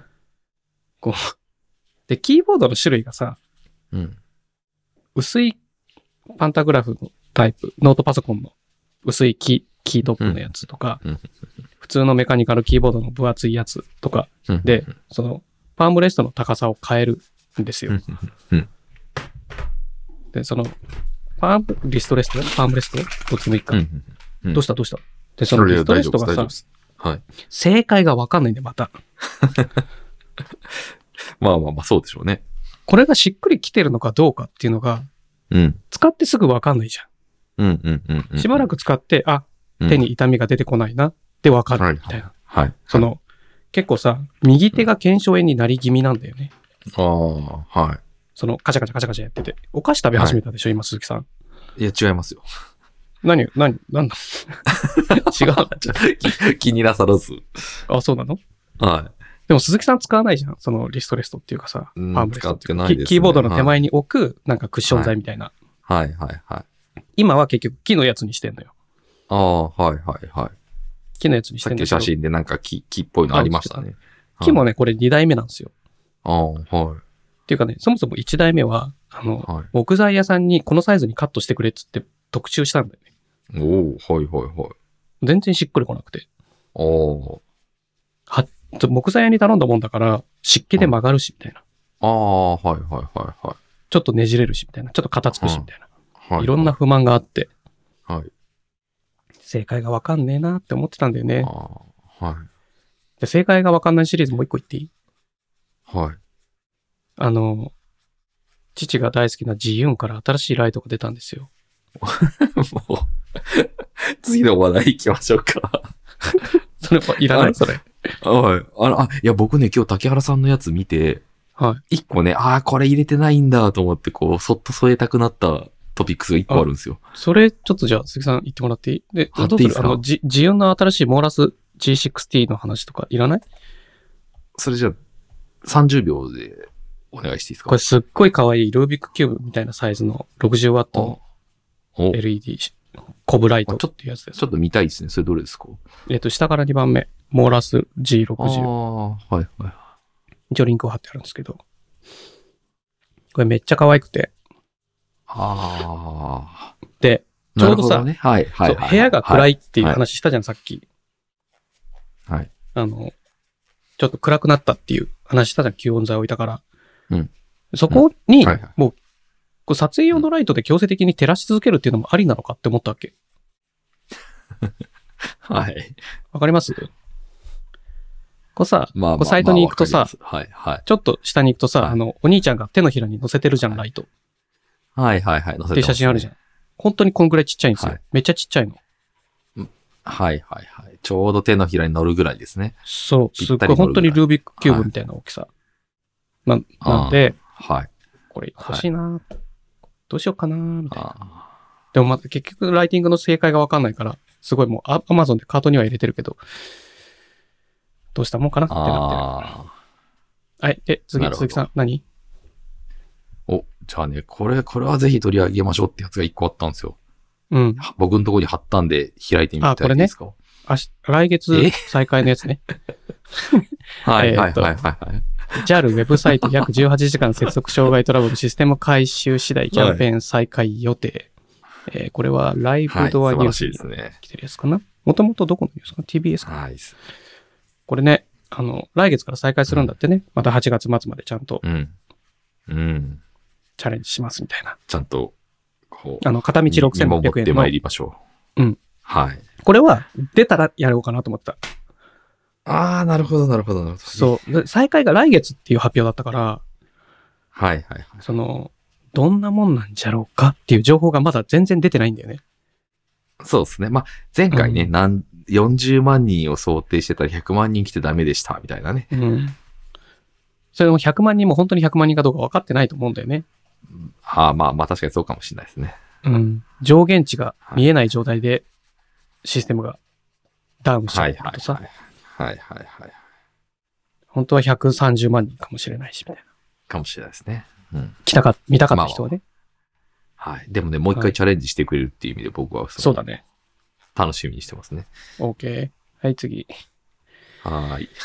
で、キーボードの種類がさ、薄いパンタグラフのタイプ、ノートパソコンの薄いキートップのやつとか、普通のメカニカルキーボードの分厚いやつとかで、パームレストの高さを変えるんですよ。で、パームレストどっちもいいか。どうしたで、そのリストレストがさ、正解がわかんないんで、また。 まあ、そうでしょうね。 これがしっくりきてるのかどうかっていうのが、使ってすぐわかんないじゃん。しばらく使って、手に痛みが出てこないなってわかるみたいな。結構さ、右手が腱鞘炎になり気味なんだよね。 はい。 カチャカチャやってて。お菓子食べ始めたでしょ、今、鈴木さん。 いや、違いますよ。 なんだ違う。気になさらず。 そうなの？ はい。 でも鈴木さん使わないじゃん。そのリストレストっていうかさ、パームレスト使ってないですね。 キーボードの手前に置く、なんかクッション材みたいな。 はい。 今は結局木のやつにしてんのよ。 ああ、はいはいはい。 木のやつにしてんだけど。 さっき写真でなんか木っぽいのありましたね。 木もね、これ2代目なんですよ。 ああ、はい。 っていうかね、そもそも1代目は、木材屋さんにこのサイズにカットしてくれっつって特注したんだよね。 おお、はいはいはい。 全然しっくりこなくて。 お木材屋に頼んだもんだから、湿気で曲がるし、みたいな。 ああ、はいはいはいはい。 ちょっとねじれるし、みたいな。ちょっと片付くし、みたいな。 はい。 いろんな不満があって。 はい。 正解がわかんねえなって思ってたんだよね。 はい。 で、正解がわかんないシリーズもう一個言っていい？ はい。 父が大好きなジユンから新しいライトが出たんですよ。 もう、次の話題行きましょうか。 それはいらないそれ。 はい。いや、僕ね、今日竹原さんのやつ見て、 はい。 一個ね、これ入れてないんだと思って、こう、そっと添えたくなったトピックスが一個あるんですよ。 それ、ちょっとじゃあ、鈴木さん言ってもらっていい？で、 どうする？ ジユンの新しいモーラス G6T の話とかいらない？ それじゃあ、30秒でお願いしていいですか？ これすっごい可愛いルービックキューブみたいなサイズの 60W の LED コブライトっていうやつです。 ちょっと見たいですね。それどれですか？ 下から2番目。モーラス G60。 はいはい。 一応リンクを貼ってあるんですけど。これめっちゃ可愛くて。で、ちょうどさ、 ね、はいはい、 部屋が暗いっていう話したじゃん、さっき。 はい。 ちょっと暗くなったっていう話したじゃん、吸音材置いたから。 うん。 そこに、もう、撮影用のライトで強制的に照らし続けるっていうのもありなのかって思ったわけ。 はい。 わかります？こうさ、サイトに行くとさ、 はいはい。 ちょっと下に行くとさ、お兄ちゃんが手のひらに乗せてるじゃん、ライト。 はいはいはい。乗せてますね。 って写真あるじゃん。本当にこんぐらいちっちゃいんですよ。めっちゃちっちゃいの。 はいはいはい。ちょうど手のひらに乗るぐらいですね。 そう。すっごい本当にルービックキューブみたいな大きさ。なんで、 はい。 これ欲しいな、どうしようかなみたいな。でも結局ライティングの正解がわかんないから、すごいもうAmazon でカートには入れてるけど、どうしたもんかなってなってる。はい。で、次、鈴木さん、何？ じゃあね、これはぜひ取り上げましょうってやつが一個あったんですよ。 うん。 僕のところに貼ったんで開いてみたいですか？ これね。来月再開のやつね。 はいはいはいはい。 JAL ウェブサイト約18時間接続障害トラブルシステム回収次第キャンペーン再開予定。これはライブドアニュースに来てるやつかな？もともとどこのニュースかな？ TBS かな？これね、来月から再開するんだってね。また8月末までちゃんと。チャレンジしますみたいな。 ちゃんと、 片道6600円の。 持ってまいりましょう。うん。 はい。 これは、出たらやろうかなと思った。 なるほどなるほどなるほど。 そう。再開が来月っていう発表だったから、 はいはいはい。 どんなもんなんじゃろうかっていう情報がまだ全然出てないんだよね。 そうですね。前回ね、40万人を想定してたら100万人来てダメでした、みたいなね。 うん。それも100万人も本当に100万人かどうか分かってないと思うんだよね。 確かにそうかもしれないですね。 うん。上限値が見えない状態でシステムがダウンしちゃうとさ。 はい。 本当は130万人かもしれないし、みたいな。 かもしれないですね。うん。 見たかった人はね。 はい。でもね、もう一回チャレンジしてくれるっていう意味で僕はそうだね。 楽しみにしてますね。 OK。はい、次。 はーい。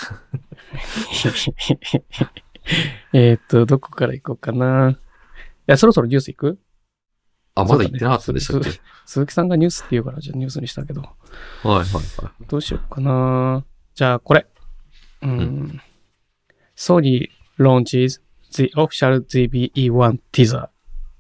どこから行こうかな。いや、そろそろニュース行く？ まだ行ってなかったでしたっけ？ 鈴木さんがニュースって言うから、じゃあニュースにしたけど。 はい。 どうしようかな。じゃあ、これ。Sony launches the official ZBE1 teaser。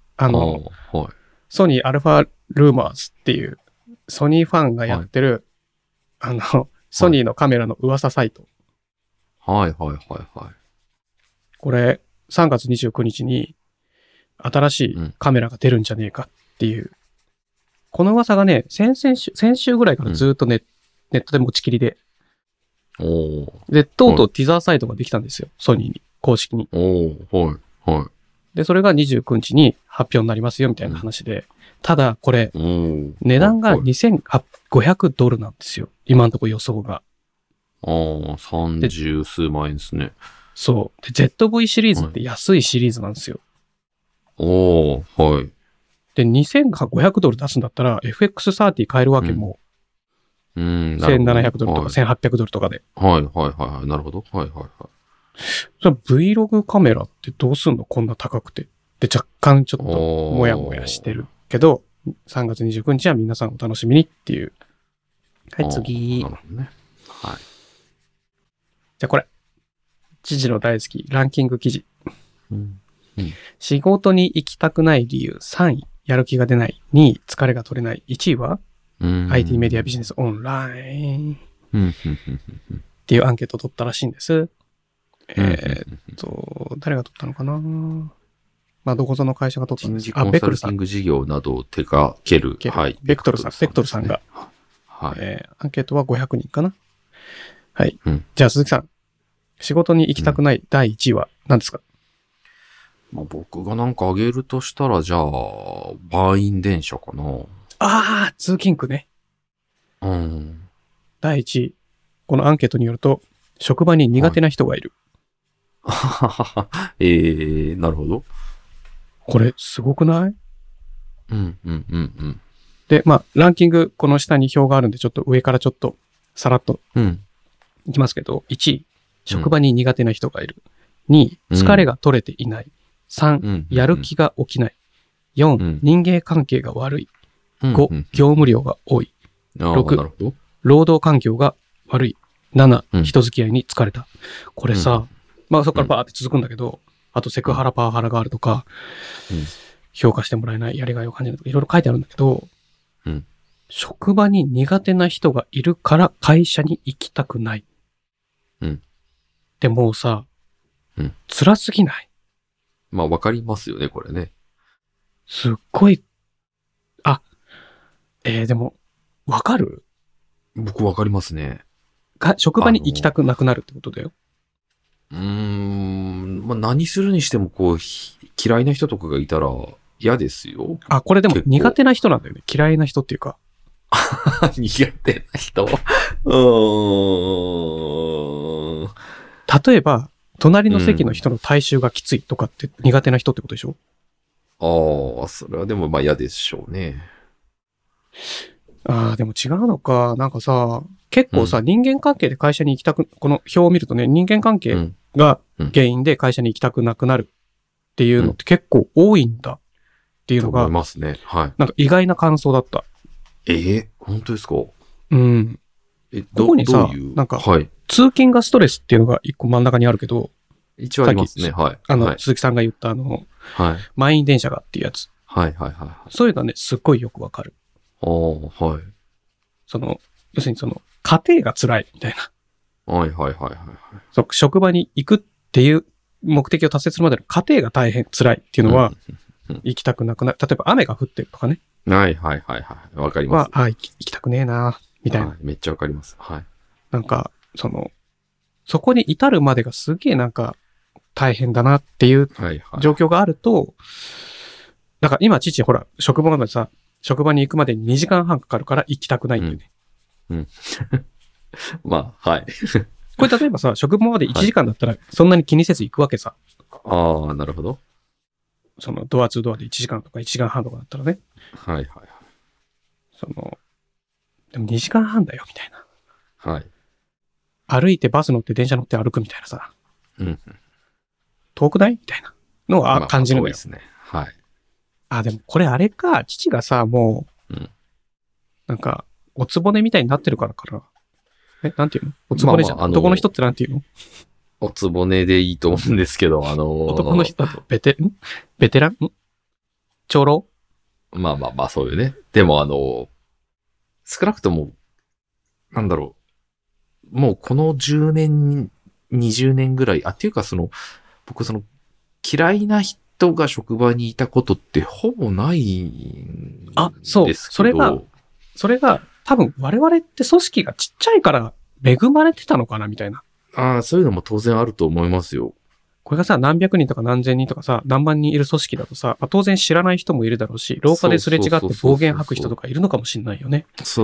ソニーアルファルーマーズっていう、ソニーファンがやってる、ソニーのカメラの噂サイト。 はい。 これ、3月29日に、新しいカメラが出るんじゃねえかっていう。この噂がね、先週ぐらいからずっとネットで持ちきりで。で、とうとうティザーサイトができたんですよ。ソニーに、公式に。で、それが29日に発表になりますよ、みたいな話で。ただ、これ、値段が2500ドルなんですよ。今のところ予想が。 30数万円ですね。 そう。で、ZV シリーズって安いシリーズなんですよ。 はい。 で、$2500出すんだったら、FX30 買えるわけも、$1700とか$1800とかで。 はいはいはい。なるほど。はいはいはい。 それ Vlog カメラってどうすんのこんな高くて。で、若干ちょっともやもやしてるけど、3月29日は皆さんお楽しみにっていう。はい、次。 なるほどね。はい。 じゃあこれ。知事の大好きランキング記事。 うん仕事に行きたくない理由3位。やる気が出ない。2位。疲れが取れない。1位はIT メディアビジネスオンラインっていうアンケートを取ったらしいんです。誰が取ったのかな、まあ、どこぞの会社が取ったんです。 コンサルティング事業などを手掛ける。 はい。ベクトルさんが。はい。アンケートは500人かな。はい。じゃあ、鈴木さん。仕事に行きたくない第1位は何ですか？ まあ、僕がなんかあげるとしたら、じゃあ、満員電車かな。 ああ、通勤区ね。第1位。このアンケートによると、職場に苦手な人がいる。 なるほど。 これ、すごくない？で、まあ、ランキング、この下に表があるんで、ちょっと上からちょっと、さらっと、いきますけど、1位、職場に苦手な人がいる。2位、疲れが取れていない。3、やる気が起きない。4、人間関係が悪い。5、業務量が多い。6、労働環境が悪い。7、人付き合いに疲れた。これさ、まあそこからバーって続くんだけど、あとセクハラパワハラがあるとか、評価してもらえない、やりがいを感じないとか、いろいろ書いてあるんだけど、職場に苦手な人がいるから会社に行きたくない。でもうさ、辛すぎない？ まあわかりますよね、これね。 すっごい、でも、わかる？ 僕わかりますね。 職場に行きたくなくなるってことだよ。 まあ何するにしてもこう、嫌いな人とかがいたら嫌ですよ。 これでも苦手な人なんだよね。嫌いな人っていうか。 苦手な人例えば、隣の席の人の体臭がきついとかって苦手な人ってことでしょ？ それはでもまあ嫌でしょうね。 でも違うのか。なんかさ、結構さ、人間関係で会社に行きたく、この表を見るとね、人間関係が原因で会社に行きたくなくなるっていうのって結構多いんだっていうのが、 思いますね。はい。 なんか意外な感想だった。 本当ですか？ ここにさ、なんか、通勤がストレスっていうのが一個真ん中にあるけど、 一応ありますね。はい。 鈴木さんが言った満員電車がっていうやつ。そういうのはね、すっごいよくわかる。要するに家庭が辛いみたいな。職場に行くっていう目的を達成するまでの家庭が大変辛いっていうのは、行きたくなくなる。例えば雨が降ってるとかね。 わかります。 行きたくねえなみたいな。 めっちゃわかります。 なんか、そこに至るまでがすげえなんか大変だなっていう状況があると、だから今父ほら、職場に行くまでに2時間半かかるから行きたくないんだよね。 まあ、はい。 これ例えばさ、職場まで1時間だったらそんなに気にせず行くわけさ。 なるほど。 ドア2ドアで1時間とか1時間半とかだったらね。でも2時間半だよみたいな。歩いてバス乗って電車乗って歩くみたいなさ。遠くないみたいなのは感じるんだよ。 ですね。 でもこれあれか、父がさ、もう、なんか、おつぼねみたいになってるからかな。なんていうの？おつぼねじゃん。男の人ってなんていうの？ おつぼねでいいと思うんですけど、 男の人だとベテラン長老？ まあ、そうよね。でも少なくとも、なんだろう。もうこの10年、20年ぐらい、っていうか僕嫌いな人が職場にいたことってほぼないんですけど。 そう。それが多分我々って組織がちっちゃいから恵まれてたのかなみたいな。 そういうのも当然あると思いますよ。 これがさ、何百人とか何千人とかさ、何万人いる組織だとさ、当然知らない人もいるだろうし、廊下ですれ違って暴言吐く人とかいるのかもしれないよね。 そう。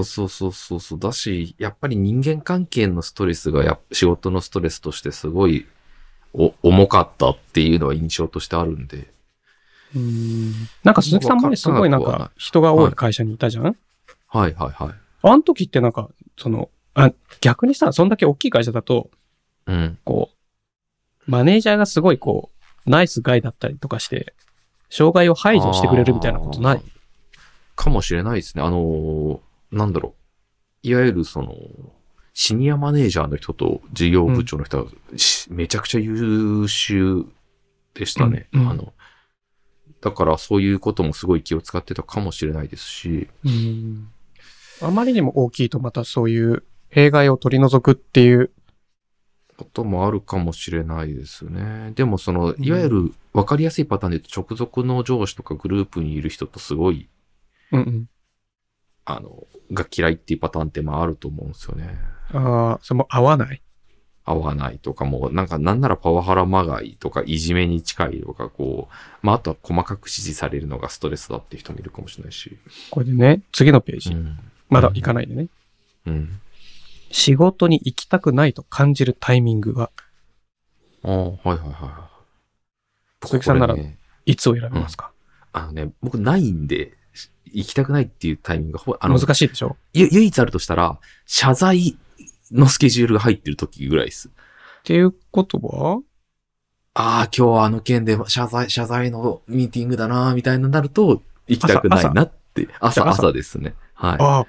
だし、やっぱり人間関係のストレスが仕事のストレスとしてすごい重かったっていうのは印象としてあるんで。 なんか鈴木さんもすごいなんか人が多い会社にいたじゃん？ はいはいはい。 あの時ってなんか、逆にさ、そんだけ大きい会社だと、こう、マネージャーがすごいこう、ナイスガイだったりとかして、障害を排除してくれるみたいなことない？ かもしれないですね。なんだろう。いわゆるシニアマネージャーの人と事業部長の人は、めちゃくちゃ優秀でしたね。だからそういうこともすごい気を使ってたかもしれないですし。 あまりにも大きいとまたそういう弊害を取り除くっていうこともあるかもしれないですね。でもいわゆる分かりやすいパターンで言うと、直属の上司とかグループにいる人とすごい、が嫌いっていうパターンってあると思うんですよね。 それも合わないとかも、なんならパワハラまがいとかいじめに近いとか、あとは細かく指示されるのがストレスだっていう人もいるかもしれないし。 これでね、次のページ。まだ行かないでね。仕事に行きたくないと感じるタイミングは？ はいはいはい。 鈴木さんなら、いつを選びますか？ 僕ないんで、行きたくないっていうタイミングが、 難しいでしょ？ 唯一あるとしたら、謝罪のスケジュールが入ってる時ぐらいです。 っていうことは？ 今日は件で謝罪のミーティングだなみたいになると、行きたくないなって。朝ですね。はい。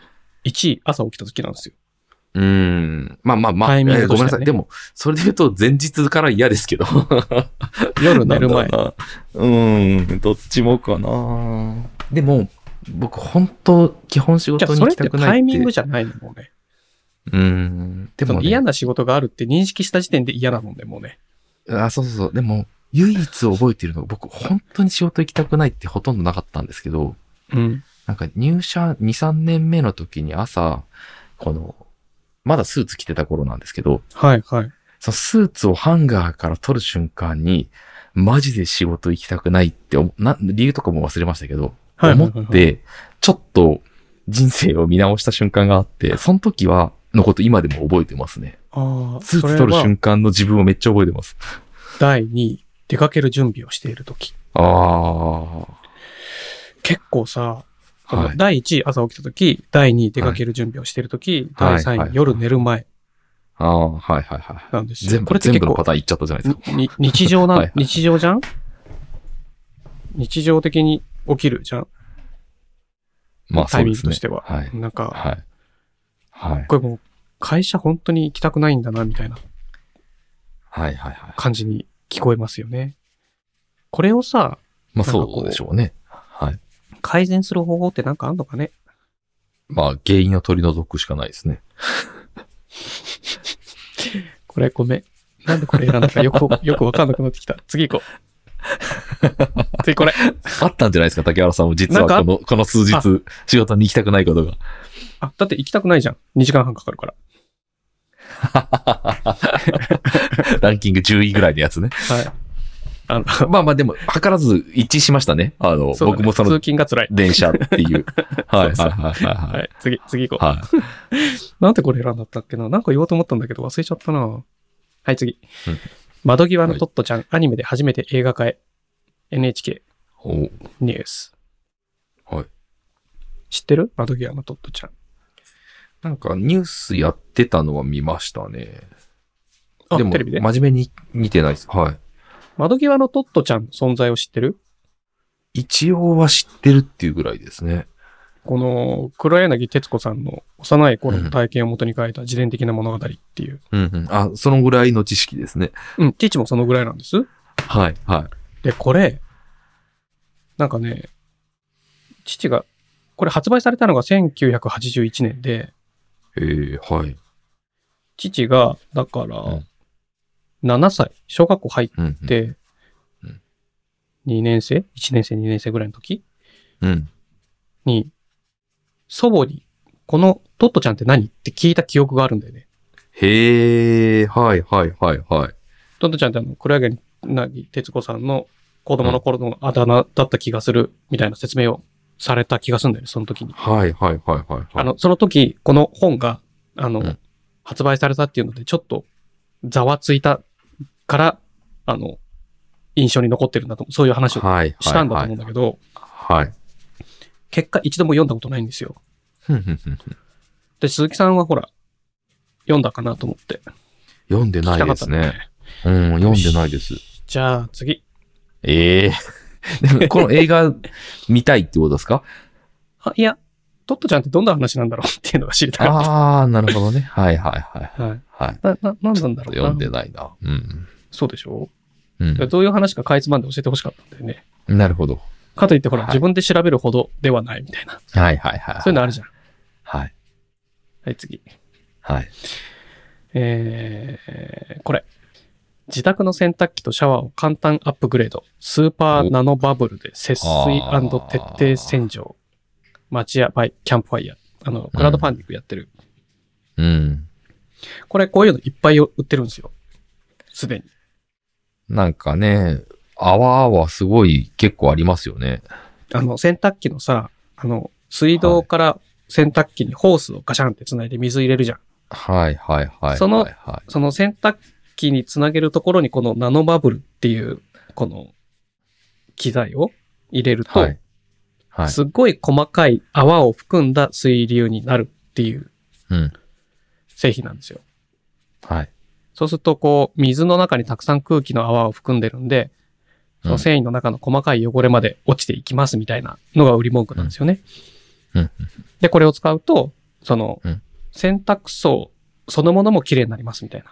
1位、朝起きた時なんですよ。 まあ。 タイミングとしてね、 ごめんなさい。でも、それで言うと前日から嫌ですけど。 夜寝る前。 どっちもかな。でも、僕本当基本仕事に行きたくないって。 それってタイミングじゃないのもうね。 でも、 嫌な仕事があるって認識した時点で嫌なもんね、もうね。 そう。でも、唯一覚えてるのが、僕本当に仕事行きたくないってほとんどなかったんですけど、なんか入社2、3年目の時に朝、まだスーツ着てた頃なんですけど、 はいはい。 そのスーツをハンガーから取る瞬間に、マジで仕事行きたくないって理由とかも忘れましたけど、思って、ちょっと人生を見直した瞬間があって、その時のこと今でも覚えてますね。スーツ取る瞬間の自分をめっちゃ覚えてます。 第2位、出かける準備をしている時。結構さ、第1位朝起きた時、第2位出かける準備をしている時、第3位夜寝る前。なんですよ。 これ全部のパターンいっちゃったじゃないですか。 日常日常じゃん？日常的に起きるじゃん？タイミングとしては。なんか、これもう会社本当に行きたくないんだな、みたいな感じに聞こえますよね。これをさ、 そうでしょうね。 改善する方法ってなんかあんのかね？ 原因を取り除くしかないですね。 これごめん。なんでこれ選んだかよくわかんなくなってきた。次行こう。次これ。 あったんじゃないですか、竹原さんも。実はこの数日、仕事に行きたくないことが。 だって行きたくないじゃん。2時間半かかるから。 ランキング10位ぐらいのやつね。でも、図らず一致しましたね。僕も通勤が辛い。 電車っていう。 次行こう。なんでこれ選んだったっけな？なんか言おうと思ったんだけど忘れちゃったな。はい、次。窓際のトットちゃん、アニメで初めて映画化へ。NHK ニュース。知ってる？窓際のトットちゃん。 なんかニュースやってたのは見ましたね。でも、 テレビで？ 真面目に見てないです。 窓際のトットちゃんの存在を知ってる？ 一応は知ってるっていうぐらいですね。 この黒柳徹子さんの幼い頃の体験をもとに書いた自伝的な物語っていう。 そのぐらいの知識ですね。 父もそのぐらいなんです。で、これ、なんかね、父が、これ発売されたのが1981年で、父が、だから、7歳、小学校入って、2年生 ?1 年生、2年生ぐらいの時に、祖母に、このトットちゃんって何って聞いた記憶があるんだよね。トットちゃんって黒柳徹子さんの子供の頃のあだ名だった気がする、みたいな説明をされた気がするんだよね、その時に。その時、この本が、発売されたっていうので、ちょっとざわついたから、 印象に残ってるんだと思う。そういう話をしたんだと思うんだけど、 はい。 結果一度も読んだことないんですよ。で、鈴木さんはほら、読んだかなと思って。 読んでないですね。うん、読んでないです。 じゃあ次。 でもこの映画見たいってことですか？ いや、トットちゃんってどんな話なんだろうっていうのが知りたかった。 ああ、なるほどね。はいはいはい。 はい。 はい。 なんなんだろうな。 読んでないな。うん。 そうでしょ？ うん。 どういう話かかいつまんで教えてほしかったんだよね。 なるほど。 かといってほら、自分で調べるほどではないみたいな。 はいはいはい。 そういうのあるじゃん。 はい。 はい、次。 はい。 これ。自宅の洗濯機とシャワーを簡単アップグレード。スーパーナノバブルで節水徹底洗浄。町屋バイキャンプファイヤー。クラウドファンディングやってる。 うん。 これ、こういうのいっぱい売ってるんですよ。すでに。 なんかね、泡はすごい結構ありますよね。 洗濯機のさ、水道から洗濯機にホースをガシャンって繋いで水入れるじゃん。 はいはいはい。 その洗濯機につなげるところにこのナノバブルっていうこの機材を入れると、はいはい、すっごい細かい泡を含んだ水流になるっていう製品なんですよ。 はい。 そうするとこう水の中にたくさん空気の泡を含んでるんで、その繊維の中の細かい汚れまで落ちていきますみたいなのが売り文句なんですよね。で、これを使うと、その洗濯槽そのものも綺麗になりますみたいな。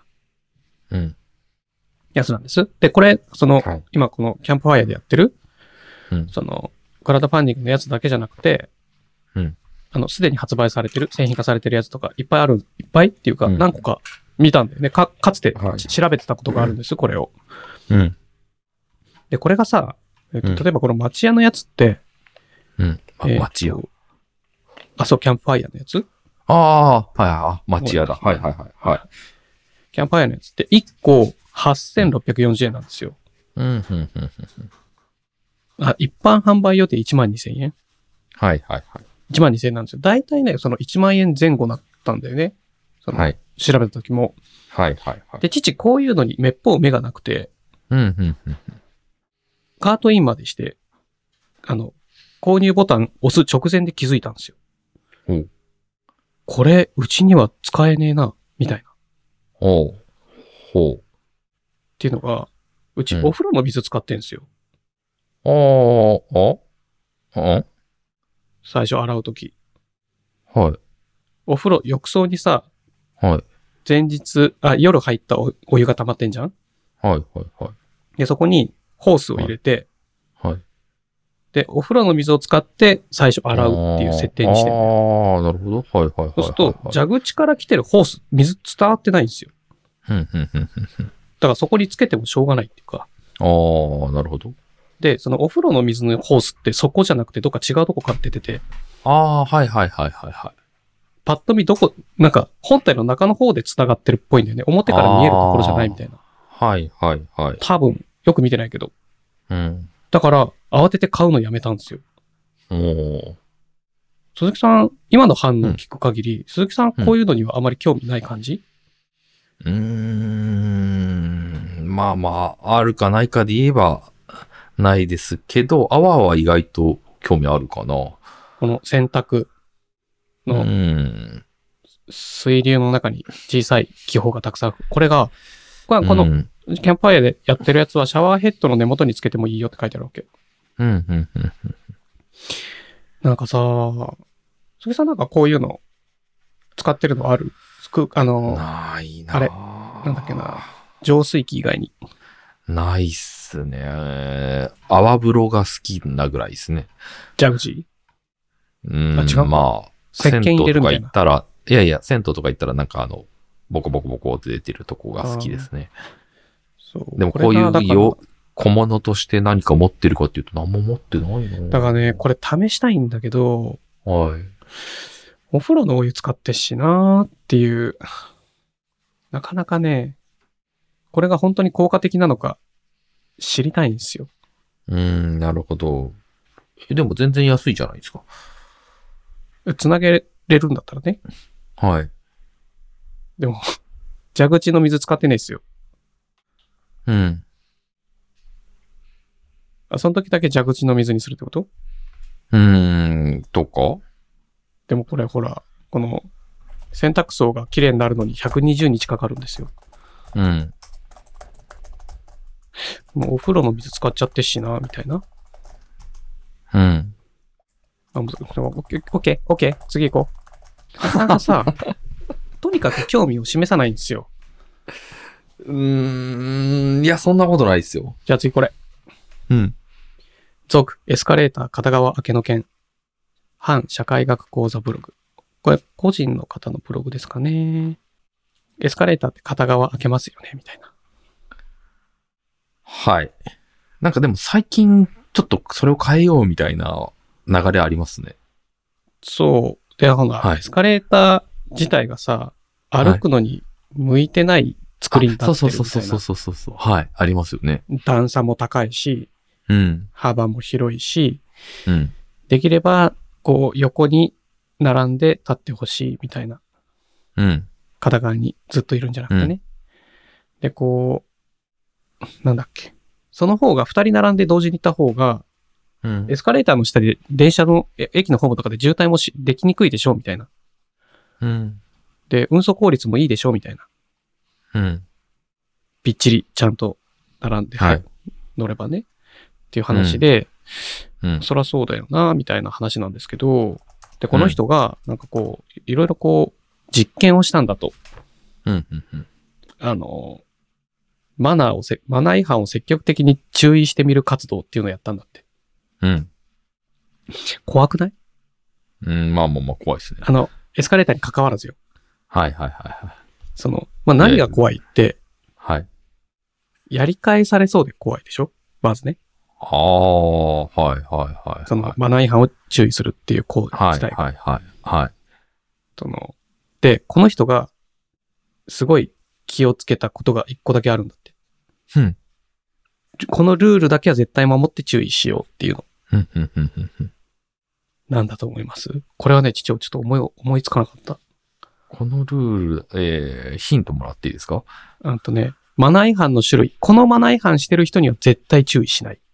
やつなんです。で、これ、はい、今このキャンプファイヤーでやってる、クラウドファンディングのやつだけじゃなくて、すでに発売されてる、製品化されてるやつとかいっぱいある、いっぱいっていうか、何個か見たんだよね。かつて、調べてたことがあるんです、これを。で、これがさ、例えばこの町屋のやつって、 町屋。 そう、キャンプファイヤーのやつ？ はい、町屋だ。はい。 キャンプファイヤーのやつって1個8640円なんですよ。一般販売予定12,000円。 はい。 12,000円なんですよ。大体ね、その1万円前後なったんだよね。はい。調べた時も。 はい。 で、父こういうのにめっぽう目がなくて、カートインまでして、購入ボタン押す直前で気づいたんですよ。これ、うちには使えねえな、みたいな。っていうのが、うちお風呂の水使ってんですよ。最初洗うとき。 はい。 お風呂、浴槽にさ、 はい。 夜入ったお湯が溜まってんじゃん？ はい。 で、そこにホースを入れて、 はい。 で、お風呂の水を使って最初洗うっていう設定にしてる。 なるほど。はい。 そうすると、蛇口から来てるホース、水伝わってないんですよ。だからそこにつけてもしょうがないっていうか。 なるほど。 で、そのお風呂の水のホースってそこじゃなくてどっか違うとこから出てて。 はい。 パッと見なんか本体の中の方で繋がってるっぽいんだよね。表から見えるところじゃないみたいな。 はい。 多分、よく見てないけど。 うん。 だから、慌てて買うのやめたんですよ。鈴木さん、今の反応を聞く限り、鈴木さんこういうのにはあまり興味ない感じ？ まあ、あるかないかで言えば、ないですけど、泡は意外と興味あるかな。 この洗濯の水流の中に小さい気泡がたくさん。このキャンプファイヤーでやってるやつはシャワーヘッドの根元につけてもいいよって書いてあるわけ。なんかさ、鈴木さんなんかこういうの使ってるのある？ ないな。 あれ、なんだっけな。浄水器以外に。 ないっすね。泡風呂が好きなぐらいですね。 ジャグジー？違う。 まあ、銭湯とか行ったら、銭湯とか行ったらなんかボコボコって出てるとこが好きですね。でもこういう小物として何か持ってるかっていうと何も持ってないの。 だからね、これ試したいんだけど、 はい。 お風呂のお湯使ってしなーっていう、なかなかね、これが本当に効果的なのか知りたいんですよ。 なるほど。でも全然安いじゃないですか。 つなげれるんだったらね。 はい。 でも、蛇口の水使ってないですよ。 その時だけ蛇口の水にするってこと？ とか？ でもこれほら、この洗濯槽がきれいになるのに120日かかるんですよ。 うん。 もうお風呂の水使っちゃってしな、みたいな。 うん。 オッケー、次行こう。なんかさ、とにかく興味を示さないんですよ。 いや、そんなことないですよ。 じゃあ次これ。 うん。 続、エスカレーター片側明けの件。反社会学講座ブログ。これ、個人の方のブログですかね。エスカレーターって片側開けますよね、みたいな。 はい。なんかでも最近、ちょっとそれを変えようみたいな流れありますね。 そう。で、ほら、はい、エスカレーター自体がさ、歩くのに向いてない作りになってるみたいな。 そう。はい。ありますよね。 段差も高いし、 うん。 幅も広いし、 うん。 できれば、こう、横に並んで立ってほしいみたいな。 うん。 片側にずっといるんじゃなくてね。で、こう、なんだっけ。その方が二人並んで同時に行った方が、エスカレーターの下で電車の駅のホームとかで渋滞もできにくいでしょみたいな。で、運送効率もいいでしょみたいな。びっちりちゃんと並んで、はい、乗ればね。っていう話で、そらそうだよな、みたいな話なんですけど、で、この人が、なんかこう、いろいろこう、実験をしたんだと。マナー違反を積極的に注意してみる活動っていうのをやったんだって。怖くない？ まあ怖いですね。 エスカレーターに関わらずよ。 はい。 何が怖いって、 はい。 やり返されそうで怖いでしょ？まずね。 はい。 マナー違反を注意するっていう行為自体が。 はい。 で、この人が、すごい気をつけたことが一個だけあるんだって。このルールだけは絶対守って注意しようっていうの。なんだと思います？これはね、父親ちょっと思いつかなかった。 このルール、ヒントもらっていいですか？ マナー違反の種類。このマナー違反してる人には絶対注意しない。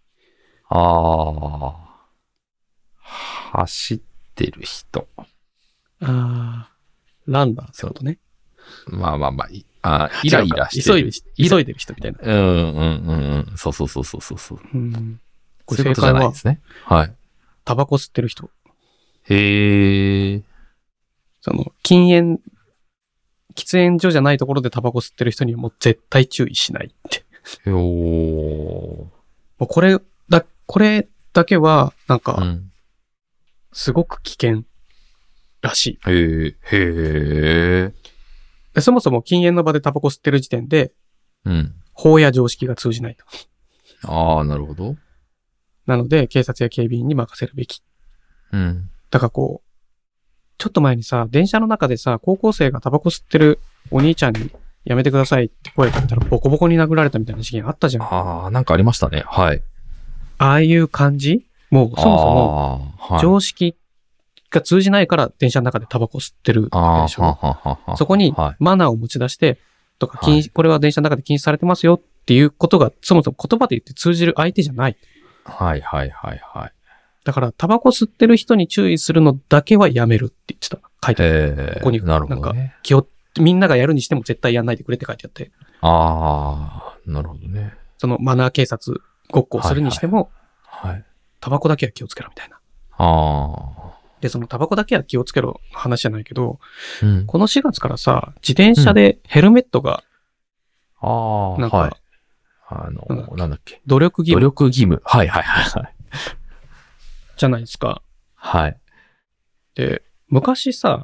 走ってる人。 ランナーってことね。 まあ、イライラしてる。 急いでる人みたいな。 そう。 これ正解はですね。 はい。 タバコ吸ってる人。 へー。 喫煙所じゃないところでタバコ吸ってる人にはもう絶対注意しないって。もうこれだけは、なんか、すごく危険らしい。 へー。 でそもそも禁煙の場でタバコ吸ってる時点で、法や常識が通じないと。 なるほど。 なので、警察や警備員に任せるべき。だからこう、ちょっと前にさ、電車の中でさ、高校生がタバコ吸ってるお兄ちゃんにやめてくださいって声かけたらボコボコに殴られたみたいな事件あったじゃん。 なんかありましたね。はい。 ああいう感じ？もうそもそも常識が通じないから電車の中でタバコ吸ってるわけでしょ。そこにマナーを持ち出してとかこれは電車の中で禁止されてますよっていうことがそもそも言葉で言って通じる相手じゃない。 はい。 だからタバコ吸ってる人に注意するのだけはやめるって言ってた。書いてある。ここになんかみんながやるにしても絶対やんないでくれって書いてあって。 なるほどね。 そのマナー警察ごっこをするにしても、タバコだけは気をつけろみたいな。で、そのタバコだけは気をつけろの話じゃないけど、この4月からさ、自転車でヘルメットが、なんか、 なんだっけ。 努力義務。はい。 じゃないですか。 はい。 で、昔さ、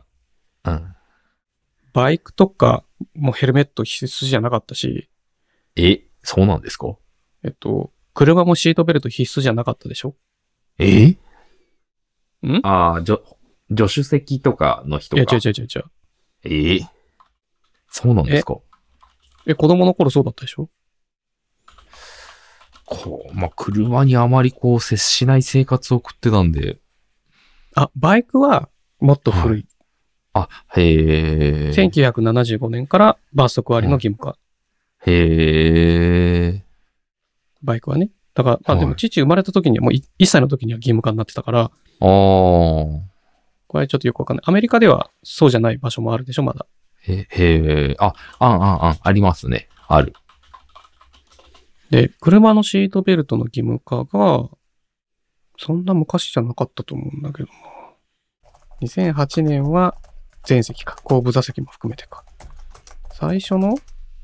バイクとかもヘルメット必須じゃなかったし。 そうなんですか？ 車もシートベルト必須じゃなかったでしょ？ 助手席とかの人が。 いや、違う。 そうなんですか？ 子供の頃そうだったでしょ？ 車にあまり接しない生活を送ってたんで。 バイクはもっと古い。 へー。 1975年から罰則ありの義務化。 へー。 バイクはね。 だから、まあでも父生まれた時にはもう1歳の時には義務化になってたから、 これちょっとよくわかんない。アメリカではそうじゃない場所もあるでしょ、まだ。 へえ、ありますね。ある。 で、車のシートベルトの義務化が、そんな昔じゃなかったと思うんだけどな。2008年は全席か。後部座席も含めてか。最初の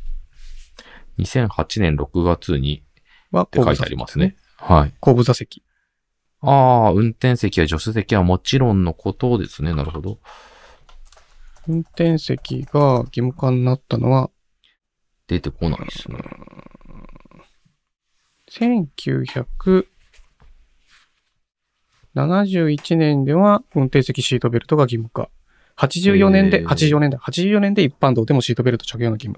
2008年6月にはって書いてありますね。はい。 後部座席。 運転席や助手席はもちろんのことですね。なるほど。 運転席が義務化になったのは、 出てこないですね。 1971年では運転席シートベルトが義務化。84年で一般道でもシートベルト着用の義務。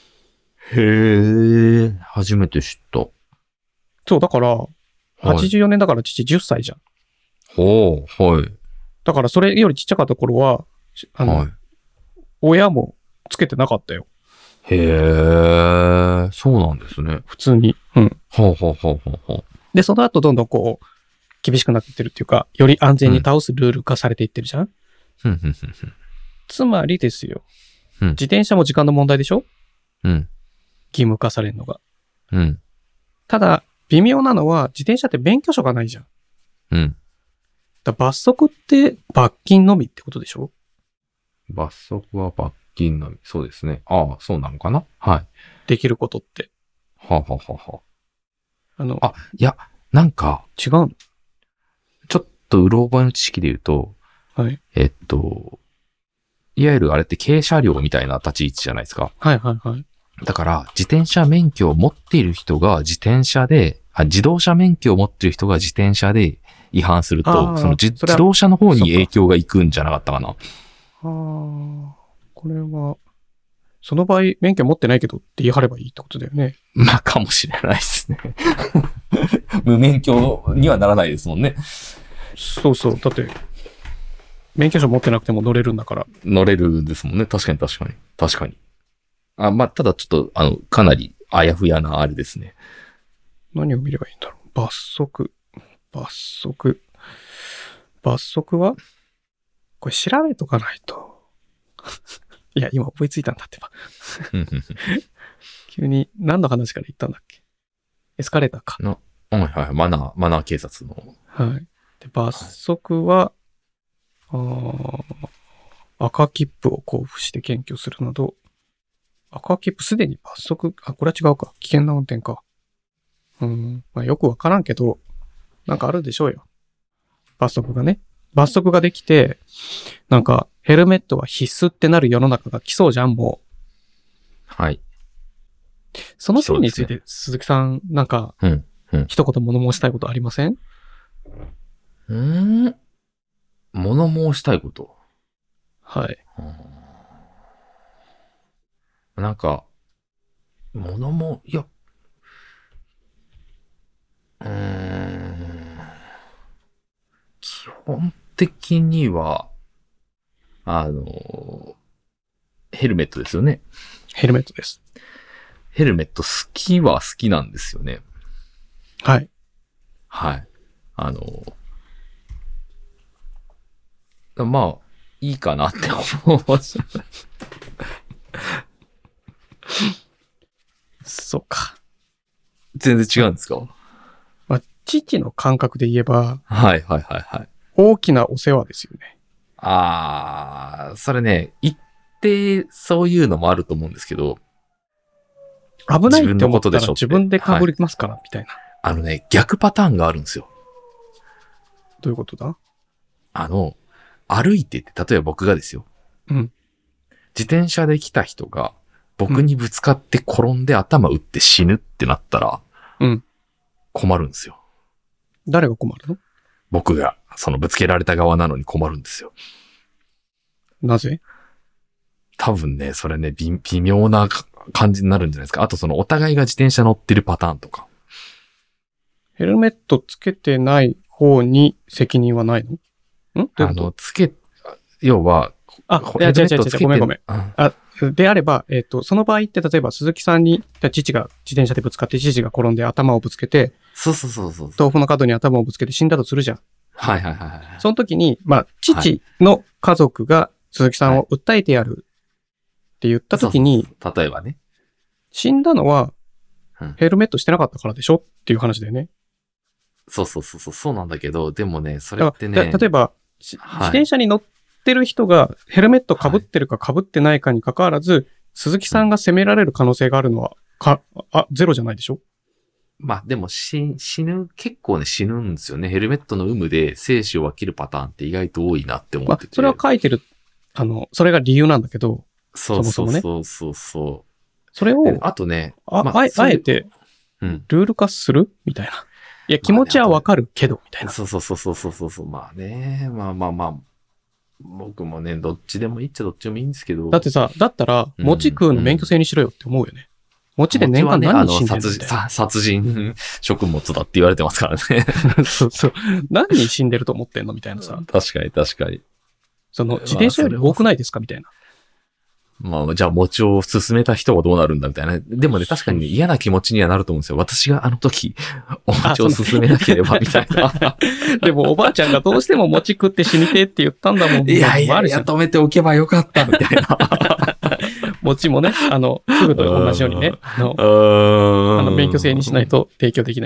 へえ、初めて知った。 そう、だから、84年だから父10歳じゃん。 はい。 だからそれよりちっちゃかった頃は、親もつけてなかったよ。 へえ、そうなんですね。 普通に。うん。 ほう。 で、その後どんどんこう、厳しくなっていってるっていうか、より安全に倒すルール化されていってるじゃん。つまりですよ。自転車も時間の問題でしょ？義務化されるのが。ただ、微妙なのは、自転車って免許証がないじゃん。罰則って罰金のみってことでしょ？ 罰則は罰金のみ。そうですね。そうなのかな？はい。 できることって。 いや、なんか。 違うの？ ちょっとうろ覚えの知識で言うと、 はい。 いわゆるあれって軽車両みたいな立ち位置じゃないですか。 はい。 だから、自転車免許を持っている人が自動車免許を持っている人が自転車で違反すると、その自動車の方に影響がいくんじゃなかったかな。 これは、その場合、免許持ってないけどって言い張ればいいってことだよね。 まあ、かもしれないですね。無免許にはならないですもんね。 そう。だって、免許証持ってなくても乗れるんだから。 乗れるんですもんね。確かに。まあ、ただちょっと、かなりあやふやなあれですね。 何を見ればいいんだろう。罰則はこれ調べとかないと。いや、今思いついたんだってば。急に何の話から言ったんだっけ？エスカレーターか。 はい。マナー警察の。 はい。で、罰則は、赤切符を交付して検挙するなど、赤切符すでに罰則、これは違うか。危険な運転か。まあよくわからんけど、なんかあるでしょうよ。罰則ができて、なんかヘルメットは必須ってなる世の中が来そうじゃん、もう。 はい。 その件について、鈴木さん、なんか、一言物申したいことありません？ 物申したいこと。 はい。 なんか、いや、基本的には、ヘルメットですよね。 ヘルメットです。 ヘルメット好きは好きなんですよね。 はい。 まあ、いいかなって思います。 そうか。 全然違うんですか？ まあ、父の感覚で言えば、 はい。 大きなお世話ですよね。 それね、一定そういうのもあると思うんですけど、 危ないって思ったら自分でかぶりますから、みたいな。 逆パターンがあるんですよ。 どういうことだ？ 歩いてて、例えば僕がですよ。自転車で来た人が僕にぶつかって転んで頭打って死ぬってなったら、困るんですよ。 誰が困るの？ 僕が、ぶつけられた側なのに困るんですよ。 なぜ？ 多分ね、それね、微妙な感じになるんじゃないですか。あとお互いが自転車乗ってるパターンとか。 ヘルメットつけてない方に責任はないの？要は、 いや、違う、ごめん。であれば、その場合って、例えば鈴木さんに、父が自転車でぶつかって、父が転んで頭をぶつけて、 そう。 豆腐の角に頭をぶつけて死んだとするじゃん。 はい。 その時に、父の家族が鈴木さんを訴えてやるって言った時に、 例えばね。 死んだのは、ヘルメットしてなかったからでしょっていう話だよね。 そうなんだけど、でもね、それってね。 例えば、自転車に乗ってる人がヘルメット被ってるか被ってないかに関わらず、鈴木さんが責められる可能性があるのは、ゼロじゃないでしょ？ でも結構ね死ぬんですよね。ヘルメットの有無で生死を分けるパターンって意外と多いなって思ってて。 それは書いてる、それが理由なんだけど、そもそもね。それを、 あとね、 あえて、ルール化するみたいな。いや、気持ちはわかるけど、みたいな。 そう。僕もね、どっちでもいいっちゃどっちでもいいんですけど。 だってさ、だったら、餅食うの免許制にしろよって思うよね。餅で年間何人死んでるみたいな。 殺人食物だって言われてますからね。 そう。何人死んでると思ってんのみたいなさ。 確かに。 自転車より多くないですかみたいな。 じゃあ餅を進めた人はどうなるんだみたいな。でもね、確かに嫌な気持ちにはなると思うんですよ。私があの時、お餅を進めなければみたいな。 でもおばあちゃんがどうしても餅食って死にてって言ったんだもん。 いや、止めておけばよかったみたいな。 餅もね、フグと同じようにね、免許制にしないと提供できない。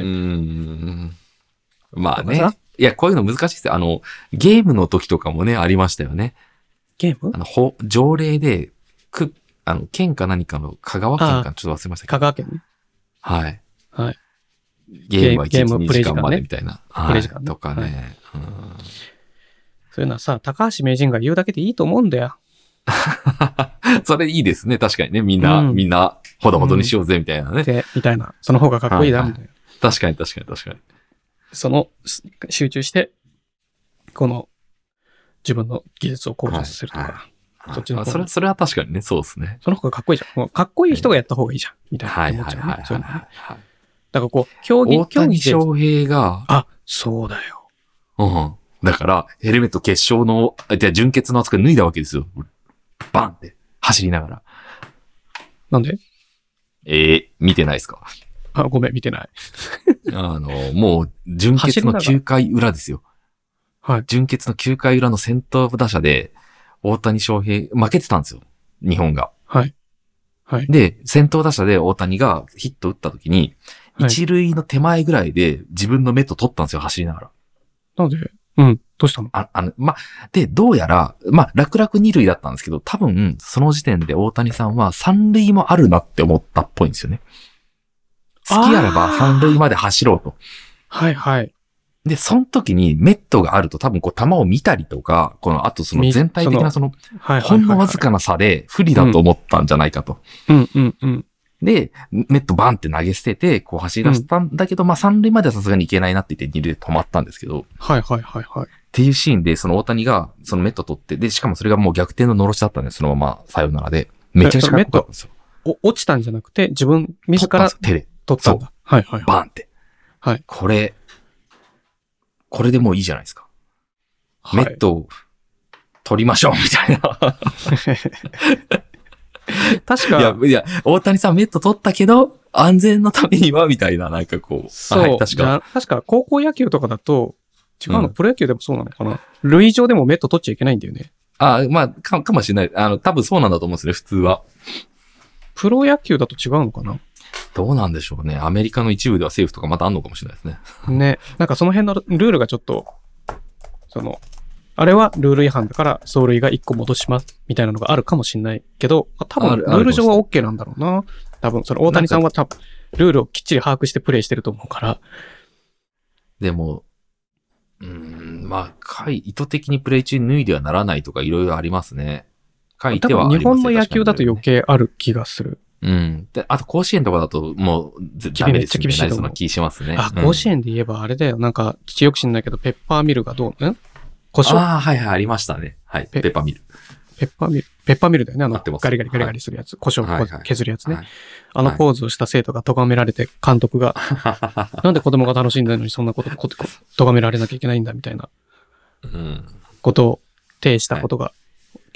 いや、こういうの難しいですよ。ゲームの時とかもね、ありましたよね。 ゲーム？ 条例で、県か何かの香川県かちょっと忘れましたけど。 香川県ね。 はい。ゲームは1日2時間までみたいな。 プレイ時間ね。 とかね。 そういうのはさ、高橋名人が言うだけでいいと思うんだよ。 それいいですね。確かにね。みんな、ほどほどにしようぜ、みたいなね。 みたいな。その方がかっこいいだ、みたいな。 確かに。 集中して、自分の技術を向上させるとか。そっちの方が。 それは確かにね、そうですね。 その方がかっこいいじゃん。もうかっこいい人がやった方がいいじゃん。みたいな。だから競技大谷翔平が。 そうだよ。 だから、ヘルメット決勝の、準決の扱い脱いだわけですよ。バンって走りながら。 なんで？ 見てないですか？ ごめん、見てない。 もう、準決の9回裏ですよ。 はい。 準決の9回裏の先頭打者で、大谷翔平、負けてたんですよ。日本が。 はい。 で、先頭打者で大谷がヒット打った時に、一塁の手前ぐらいで自分のメット取ったんですよ、走りながら。 なんで？どうしたの？ で、どうやら、楽々二塁だったんですけど、多分、その時点で大谷さんは三塁もあるなって思ったっぽいんですよね。好きあれば三塁まで走ろうと。 はい。 で、その時にメットがあると多分球を見たりとか、あとその全体的なほんのわずかな差で不利だと思ったんじゃないかと。で、メットバンって投げ捨てて、走り出したんだけど、三塁まではさすがに行けないなって言って二塁で止まったんですけど。 はい。 っていうシーンで、その大谷がそのメット取って、で、しかもそれがもう逆転ののろしだったんで、そのままさよならで。めちゃくちゃかっこよかったんですよ。 落ちたんじゃなくて、自ら手で取ったんだ。はい。 バンって。 はい。 これでもういいじゃないですか。メットを取りましょう、みたいな。 確か。 いや、大谷さんメット取ったけど、安全のためには、みたいな、 そう。確か、高校野球とかだと、違うの、プロ野球でもそうなのかな。塁上でもメット取っちゃいけないんだよね。 かもしれない。多分そうなんだと思うんですね、普通は。 プロ野球だと違うのかな。 どうなんでしょうね。アメリカの一部ではセーフとかまたあんのかもしれないですね。 ね。なんかその辺のルールがちょっと、あれはルール違反だから走塁が1個戻しますみたいなのがあるかもしれないけど、多分ルール上は OK なんだろうな。多分大谷さんはルールをきっちり把握してプレイしてると思うから。 でも、意図的にプレイ中に脱いではならないとかいろいろありますね。書いてはありますね。 日本の野球だと余計ある気がする。 で、あと甲子園とかだともうダメですよね。めっちゃ厳しいその気しますね。 甲子園で言えばあれだよ。なんか、よく知んないけど、ペッパーミルが胡椒。 ありましたね。はい。ペッパーミル。 ペッパーミルだよね。ガリガリするやつ。胡椒を削るやつね。ポーズをした生徒が咎められて、監督が、なんで子供が楽しんでるのにそんなこと咎められなきゃいけないんだみたいなことを呈したことが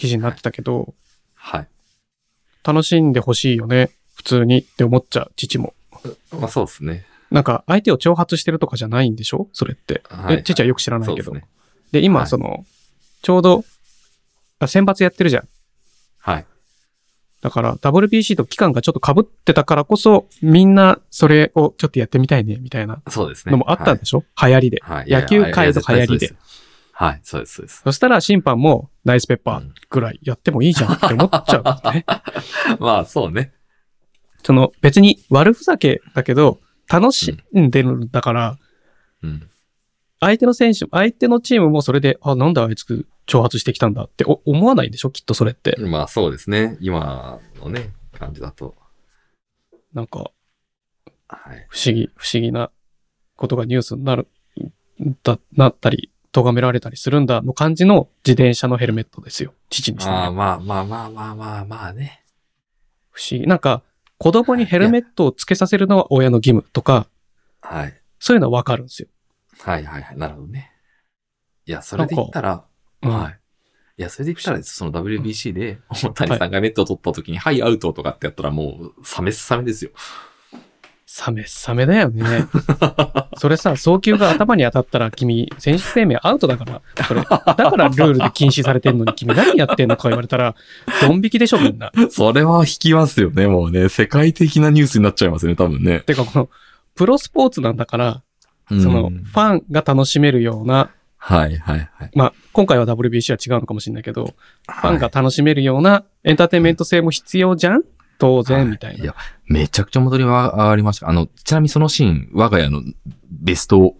記事になってたけど、 はい。 楽しんでほしいよね、普通にって思っちゃう、父も。 まあそうですね。 なんか相手を挑発してるとかじゃないんでしょそれって。 はい。 父はよく知らないけど。 そうですね。 で、今、 はい、 ちょうど、選抜やってるじゃん。 はい。 だから WBC と期間がちょっと被ってたからこそ、みんなそれをちょっとやってみたいね、みたいなのもあったんでしょ、はい、流行りで、はい。野球界の流行りで。 はい、そうです、そうです。 そしたら審判もナイスペッパーぐらいやってもいいじゃんって思っちゃうね。 まあ、そうね。 別に悪ふざけだけど、楽しんでるんだから、 うん、 相手のチームもそれで、なんであいつ挑発してきたんだって思わないんでしょきっとそれって。 まあそうですね。今のね、感じだと。 なんか、 はい、 不思議なことがニュースになったり、咎められたりするんだの感じの自転車のヘルメットですよ。父にしても。 まあね。 不思議。なんか、子供にヘルメットをつけさせるのは親の義務とか、 はい。 そういうのはわかるんですよ。 はい。なるほどね。いや、それで言ったら、はい。いや、それで言ったら、その WBC で、大谷さんがネットを取った時に、はい、アウトとかってやったらもう、サメですよ。 サメだよね。それさ、送球が頭に当たったら君、選手生命アウトだから、だからルールで禁止されてんのに君何やってんのか言われたら、ドン引きでしょみんな。 それは引きますよね、もうね。世界的なニュースになっちゃいますね、多分ね。 てかプロスポーツなんだから、ファンが楽しめるような、 はい。 まあ、今回は WBC は違うのかもしれないけど、ファンが楽しめるようなエンターテインメント性も必要じゃん当然、みたいな。 いや、めちゃくちゃ戻りは上がりました。ちなみにそのシーン、我が家のベスト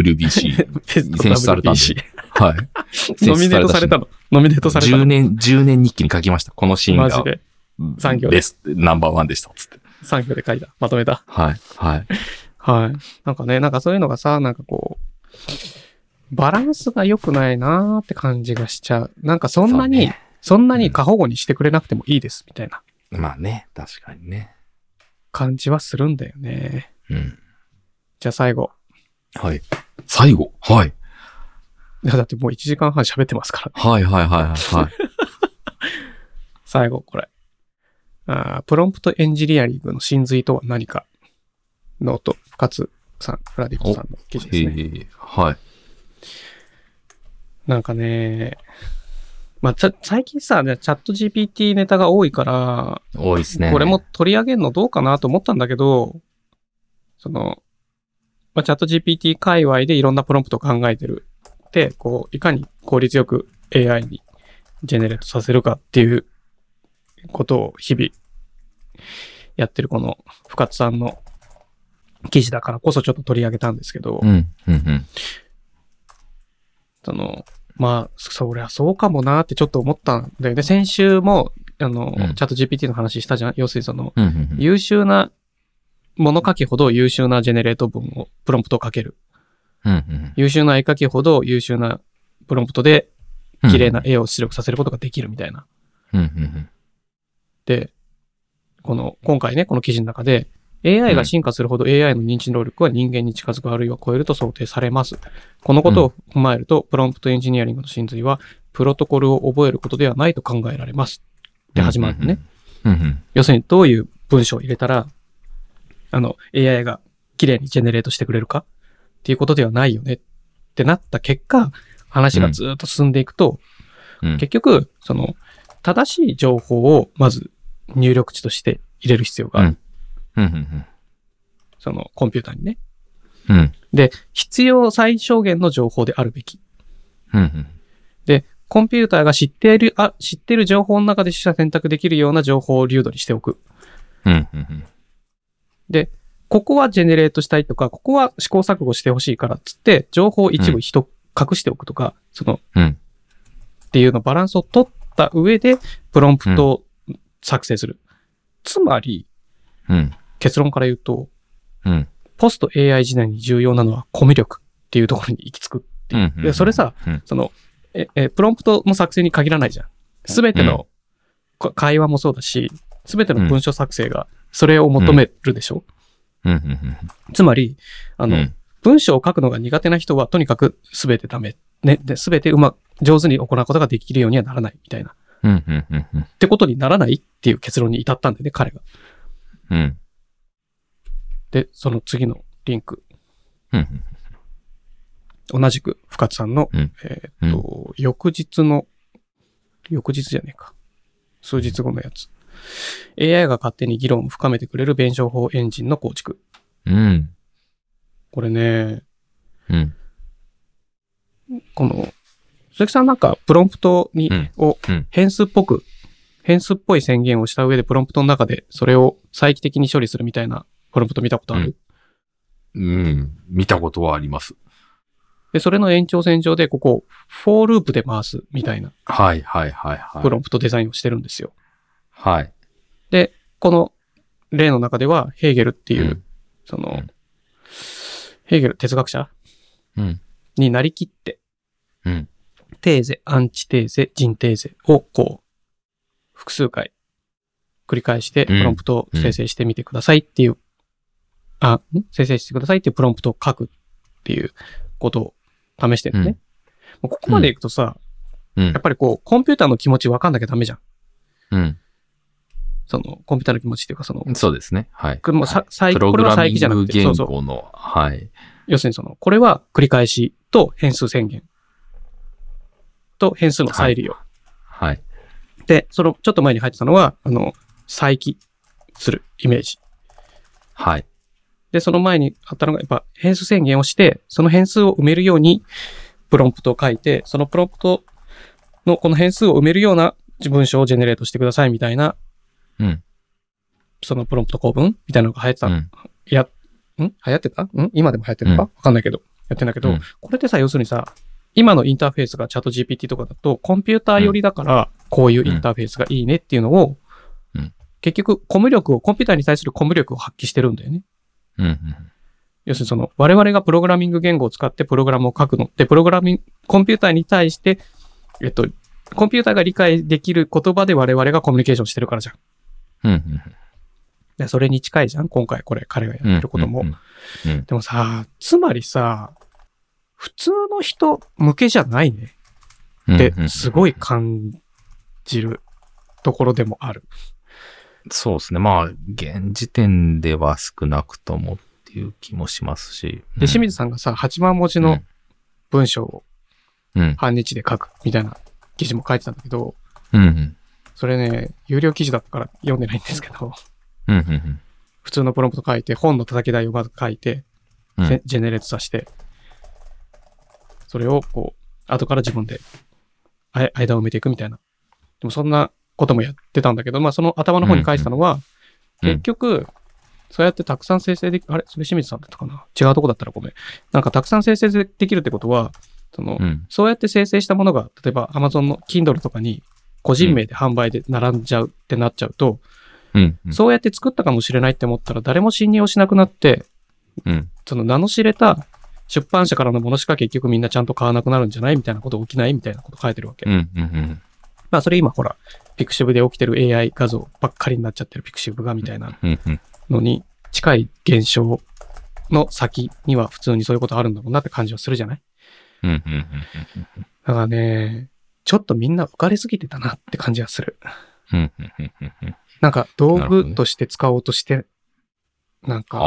WBC 選出されたんで。はい。 ノミネートされたの。10 年日記に書きました。このシーンが。 マジで。3行で。 ベスト、ナンバーワンでした。つって。 3行で書いた。まとめた。 はい。 なんかね、なんかそういうのがさ、なんかこう、バランスが良くないなーって感じがしちゃう。なんかそんなに過保護にしてくれなくてもいいです、みたいな。 まあね、確かにね。 感じはするんだよね。 うん。 じゃあ最後。 はい。最後はい。 だってもう1時間半喋ってますからね。はい。 最後、これ。プロンプトエンジニアリングの真髄とは何か。ノート、深津さん、フラディットさんの記事ですね。 はい。 なんかね、まあ、最近さ、チャット GPT ネタが多いから、 多いですね。 これも取り上げるのどうかなと思ったんだけど、チャット GPT 界隈でいろんなプロンプトを考えてる。で、いかに効率よく AI にジェネレートさせるかっていうことを日々やってるこの深津さんの記事だからこそちょっと取り上げたんですけど、まあ、そりゃそうかもなってちょっと思ったんだよね。先週も、チャット GPT の話したじゃん。要するに優秀な物書きほど優秀なジェネレート文を、プロンプトを書ける。優秀な絵描きほど優秀なプロンプトで綺麗な絵を出力させることができるみたいな。で、今回ね、この記事の中で、AI が進化するほど AI の認知能力は人間に近づくあるいは超えると想定されます。このことを踏まえると、プロンプトエンジニアリングの真髄は、プロトコルを覚えることではないと考えられます。って始まるのね。要するに、どういう文章を入れたら、AI が綺麗にジェネレートしてくれるかっていうことではないよねってなった結果、話がずっと進んでいくと、結局、正しい情報をまず入力値として入れる必要がある。コンピューターにね。で、必要最小限の情報であるべき。で、コンピューターが知っている情報の中で取捨選択できるような情報を流度にしておく。で、ここはジェネレートしたいとか、ここは試行錯誤してほしいからっつって、情報を一部隠しておくとか、っていうのバランスを取った上で、プロンプトを作成する。つまり、結論から言うと、ポスト AI 時代に重要なのはコミュ力っていうところに行き着くっていう。で、それさ、プロンプトの作成に限らないじゃん。すべての会話もそうだし、すべての文章作成がそれを求めるでしょ。つまり、文章を書くのが苦手な人はとにかくすべてダメ。ね。で、すべて上手に行うことができるようにはならないみたいな。 ってことにならないっていう結論に至ったんでね、彼が。 うん。 で、その次のリンク。同じく深津さんの、翌日じゃねえか。数日後のやつ。AI が勝手に議論を深めてくれる弁証法エンジンの構築。これね、この、鈴木さんなんかプロンプトを変数っぽい宣言をした上でプロンプトの中でそれを再帰的に処理するみたいなプロンプト見たことある？ 見たことはあります。 で、それの延長線上でここ、フォーループで回すみたいな。プロンプトデザインをしてるんですよ。 はい。 で、この例の中ではヘーゲルっていう、ヘーゲル哲学者になりきって、テーゼ、アンチテーゼ、ジンテーゼをこう、複数回繰り返してプロンプトを生成してみてくださいっていう、生成してくださいっていうプロンプトを書くっていうことを試してるね。ここまでいくとさ、やっぱりこう、コンピューターの気持ち分かんなきゃダメじゃん。その、コンピューターの気持ちっていうかそうですね。はい。 これは再帰じゃなくて、 言語の、はい。 要するにこれは繰り返しと変数宣言と変数の再利用。 はい。 で、ちょっと前に入ってたのは、再帰するイメージ。 はい。 で、その前にあったのが、やっぱ変数宣言をして、その変数を埋めるようにプロンプトを書いて、そのプロンプトのこの変数を埋めるような文章をジェネレートしてくださいみたいな、そのプロンプト構文みたいなのが流行ってた。流行ってた？今でも流行ってるのか？わかんないけど、やってんだけど、これってさ、要するにさ、今のインターフェースがチャット GPT とかだと、コンピューター寄りだから、こういうインターフェースがいいねっていうのを、結局、コンピューターに対するコミュ力を発揮してるんだよね。要するに我々がプログラミング言語を使ってプログラムを書くのって、コンピューターに対して、コンピューターが理解できる言葉で我々がコミュニケーションしてるからじゃん。でそれに近いじゃん今回彼がやってることも。でもさ、つまりさ、普通の人向けじゃないね。ってすごい感じるところでもある。 そうですね。まあ、現時点では少なくともっていう気もしますし。 で、清水さんがさ、8万文字の文章を半日で書くみたいな記事も書いてたんだけど、それね、有料記事だったから読んでないんですけど、普通のプロンプト書いて、本の叩き台をまず書いて、ジェネレートさせて、それをこう、後から自分で間を埋めていくみたいな。でもそんなこともやってたんだけど、まあその頭の方に書いてたのは、結局、そうやってたくさん生成でき、それ清水さんだったかな？違うとこだったらごめん。なんかたくさん生成できるってことは、そうやって生成したものが、例えば Amazon の Kindle とかに個人名で販売で並んじゃうってなっちゃうと、そうやって作ったかもしれないって思ったら誰も信用しなくなって、その名の知れた出版社からのものしか結局みんなちゃんと買わなくなるんじゃないみたいなこと起きないみたいなこと書いてるわけ。まあそれ今ほら、ピクシブで起きてる AI 画像ばっかりになっちゃってるピクシブがみたいなのに近い現象の先には普通にそういうことあるんだろうなって感じはするじゃない？だからね、ちょっとみんな浮かれすぎてたなって感じはする。なんか道具として使おうとして、なんか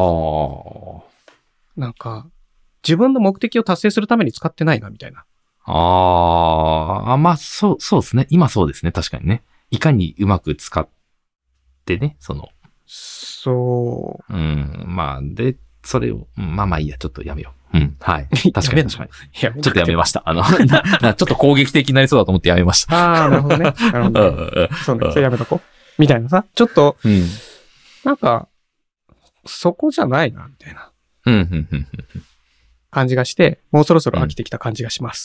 自分の目的を達成するために使ってないなみたいな。 まあそうですね。今そうですね。確かにね。いかにうまく使ってね、まあ、で、それを、まあいいや、ちょっとやめよう。はい。確かに。ちょっとやめました。ちょっと攻撃的になりそうだと思ってやめました。 なるほどね。そうね。それやめとこう。みたいなさ、ちょっと、なんか、そこじゃないな、みたいな。感じがして、もうそろそろ飽きてきた感じがします。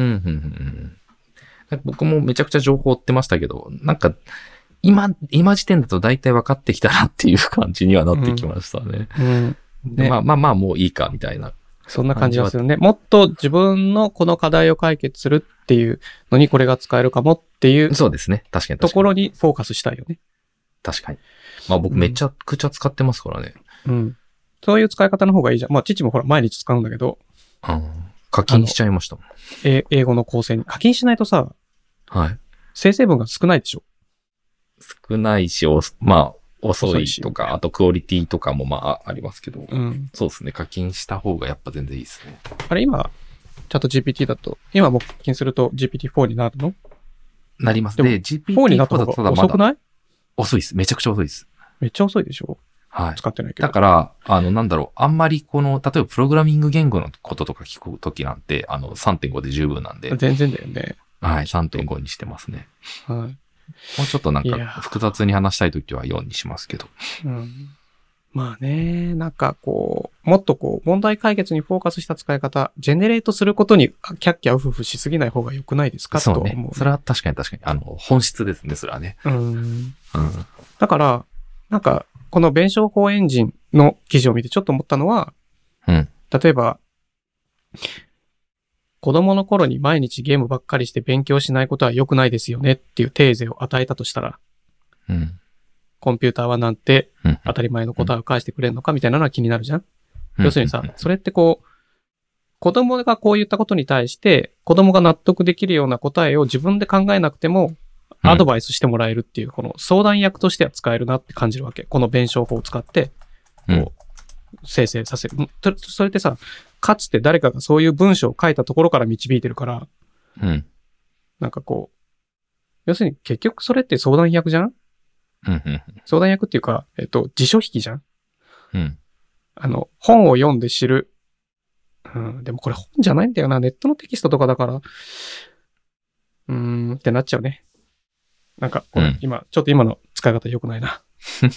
僕もめちゃくちゃ情報追ってましたけど、なんか、今時点だと大体分かってきたなっていう感じにはなってきましたね。まあ、もういいか、みたいな。 そんな感じはするね。もっと自分のこの課題を解決するっていうのにこれが使えるかもっていう。 そうですね。確かに。 ところにフォーカスしたいよね。 確かに。まあ僕めちゃくちゃ使ってますからね。 そういう使い方の方がいいじゃん。まあ父もほら毎日使うんだけど。 課金しちゃいましたもん。 英語の構成に。課金しないとさ、 生成分が少ないでしょ。 少ないし、まあ、遅いとか、あとクオリティとかもまあありますけど、そうですね。課金した方がやっぱ全然いいですね。 あれ今、チャット GPT だと、今もう課金すると GPT-4 になるの？ なります。で、 GPT-4 になった方が遅くない？ 遅いです。めちゃくちゃ遅いです。 めっちゃ遅いでしょ？ はい。 使ってないけど。 だから、なんだろう、あんまり例えばプログラミング言語のこととか聞くときなんて、3.5 で十分なんで。 全然だよね。 はい、3.5 にしてますね。 はい。 もうちょっとなんか、複雑に話したいときは4にしますけど。 まあね、なんかこう、もっとこう、問題解決にフォーカスした使い方、ジェネレートすることにキャッキャウフフしすぎない方が良くないですか？ そうね。と思う。それは確かに。本質ですね、それはね。 だから、なんか、この弁証法エンジンの記事を見てちょっと思ったのは、例えば、子供の頃に毎日ゲームばっかりして勉強しないことは良くないですよねっていうテーゼを与えたとしたら、コンピューターはなんて当たり前の答えを返してくれるのかみたいなのは気になるじゃん。要するにさ、それってこう、子供がこう言ったことに対して、子供が納得できるような答えを自分で考えなくても、アドバイスしてもらえるっていう、この相談役としては使えるなって感じるわけ。この弁証法を使って、こう、生成させる。それってさ、かつて誰かがそういう文章を書いたところから導いてるから、なんかこう、要するに結局それって相談役じゃん？相談役っていうか、辞書引きじゃん？本を読んで知る。でもこれ本じゃないんだよな。ネットのテキストとかだから、ってなっちゃうね。なんか、これ、ちょっと今の使い方良くないな。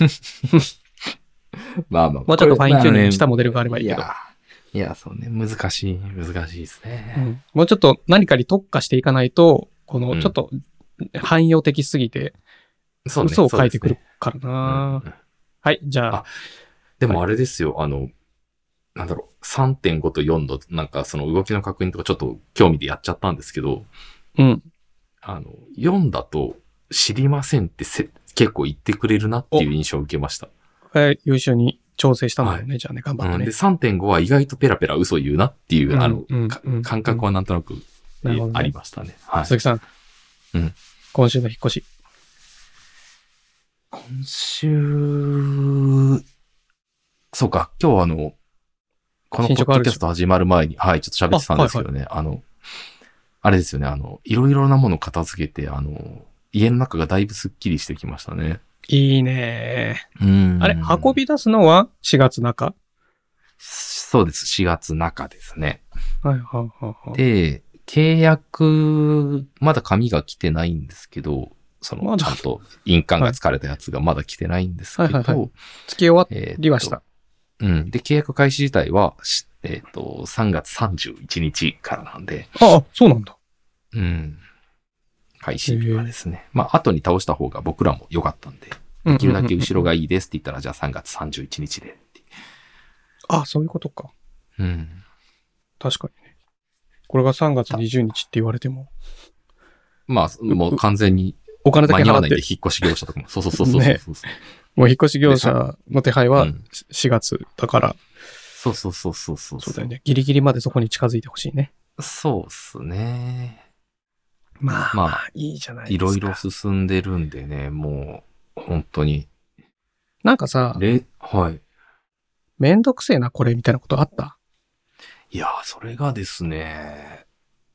まあ、 もうちょっとファインチューニングしたモデルがあればいいけど。 いや、そうね。難しいですね。 もうちょっと何かに特化していかないと、この、ちょっと、汎用的すぎて、嘘を書いてくるからな。はい、じゃあ。 でもあれですよ、なんだろう、3.5 と4度、なんかその動きの確認とかちょっと興味でやっちゃったんですけど、4だと知りませんって結構言ってくれるなっていう印象を受けました。 優秀に調整したんだよね、じゃあね、頑張ってね。 で、3.5 は意外とペラペラ嘘言うなっていう、感覚はなんとなくありましたね。 鈴木さん。今週の引っ越し。 今週、そうか、今日このポッドキャスト始まる前に、ちょっと喋ってたんですけどね、あれですよね、いろいろなものを片付けて、家の中がだいぶスッキリしてきましたね。 いいね。あれ、運び出すのは4月中？ そうです、4月中ですね。 で、 契約、まだ紙が来てないんですけど、ちゃんと印鑑がつかれたやつがまだ来てないんですけど、 月終わりはした。 で、契約開始自体は、3月31日からなんで。 あ、そうなんだ。 開始日はですね。まあ、後に倒した方が僕らも良かったんで、できるだけ後ろがいいですって言ったら、じゃあ3月31日で。 あ、そういうことか。確かにね。これが3月20日って言われても。 まあ、もう完全に、 お金だけ払って。間に合わないんで引っ越し業者とかも。そう。 もう引っ越し業者の手配は4月だから。 そう。 そうだよね。ギリギリまでそこに近づいてほしいね。 そうっすね。 まあ、いいじゃないですか。 いろいろ進んでるんでね、もう、本当に。 なんかさ、めんどくせえな、これ、みたいなことあった？ いや、それがですね、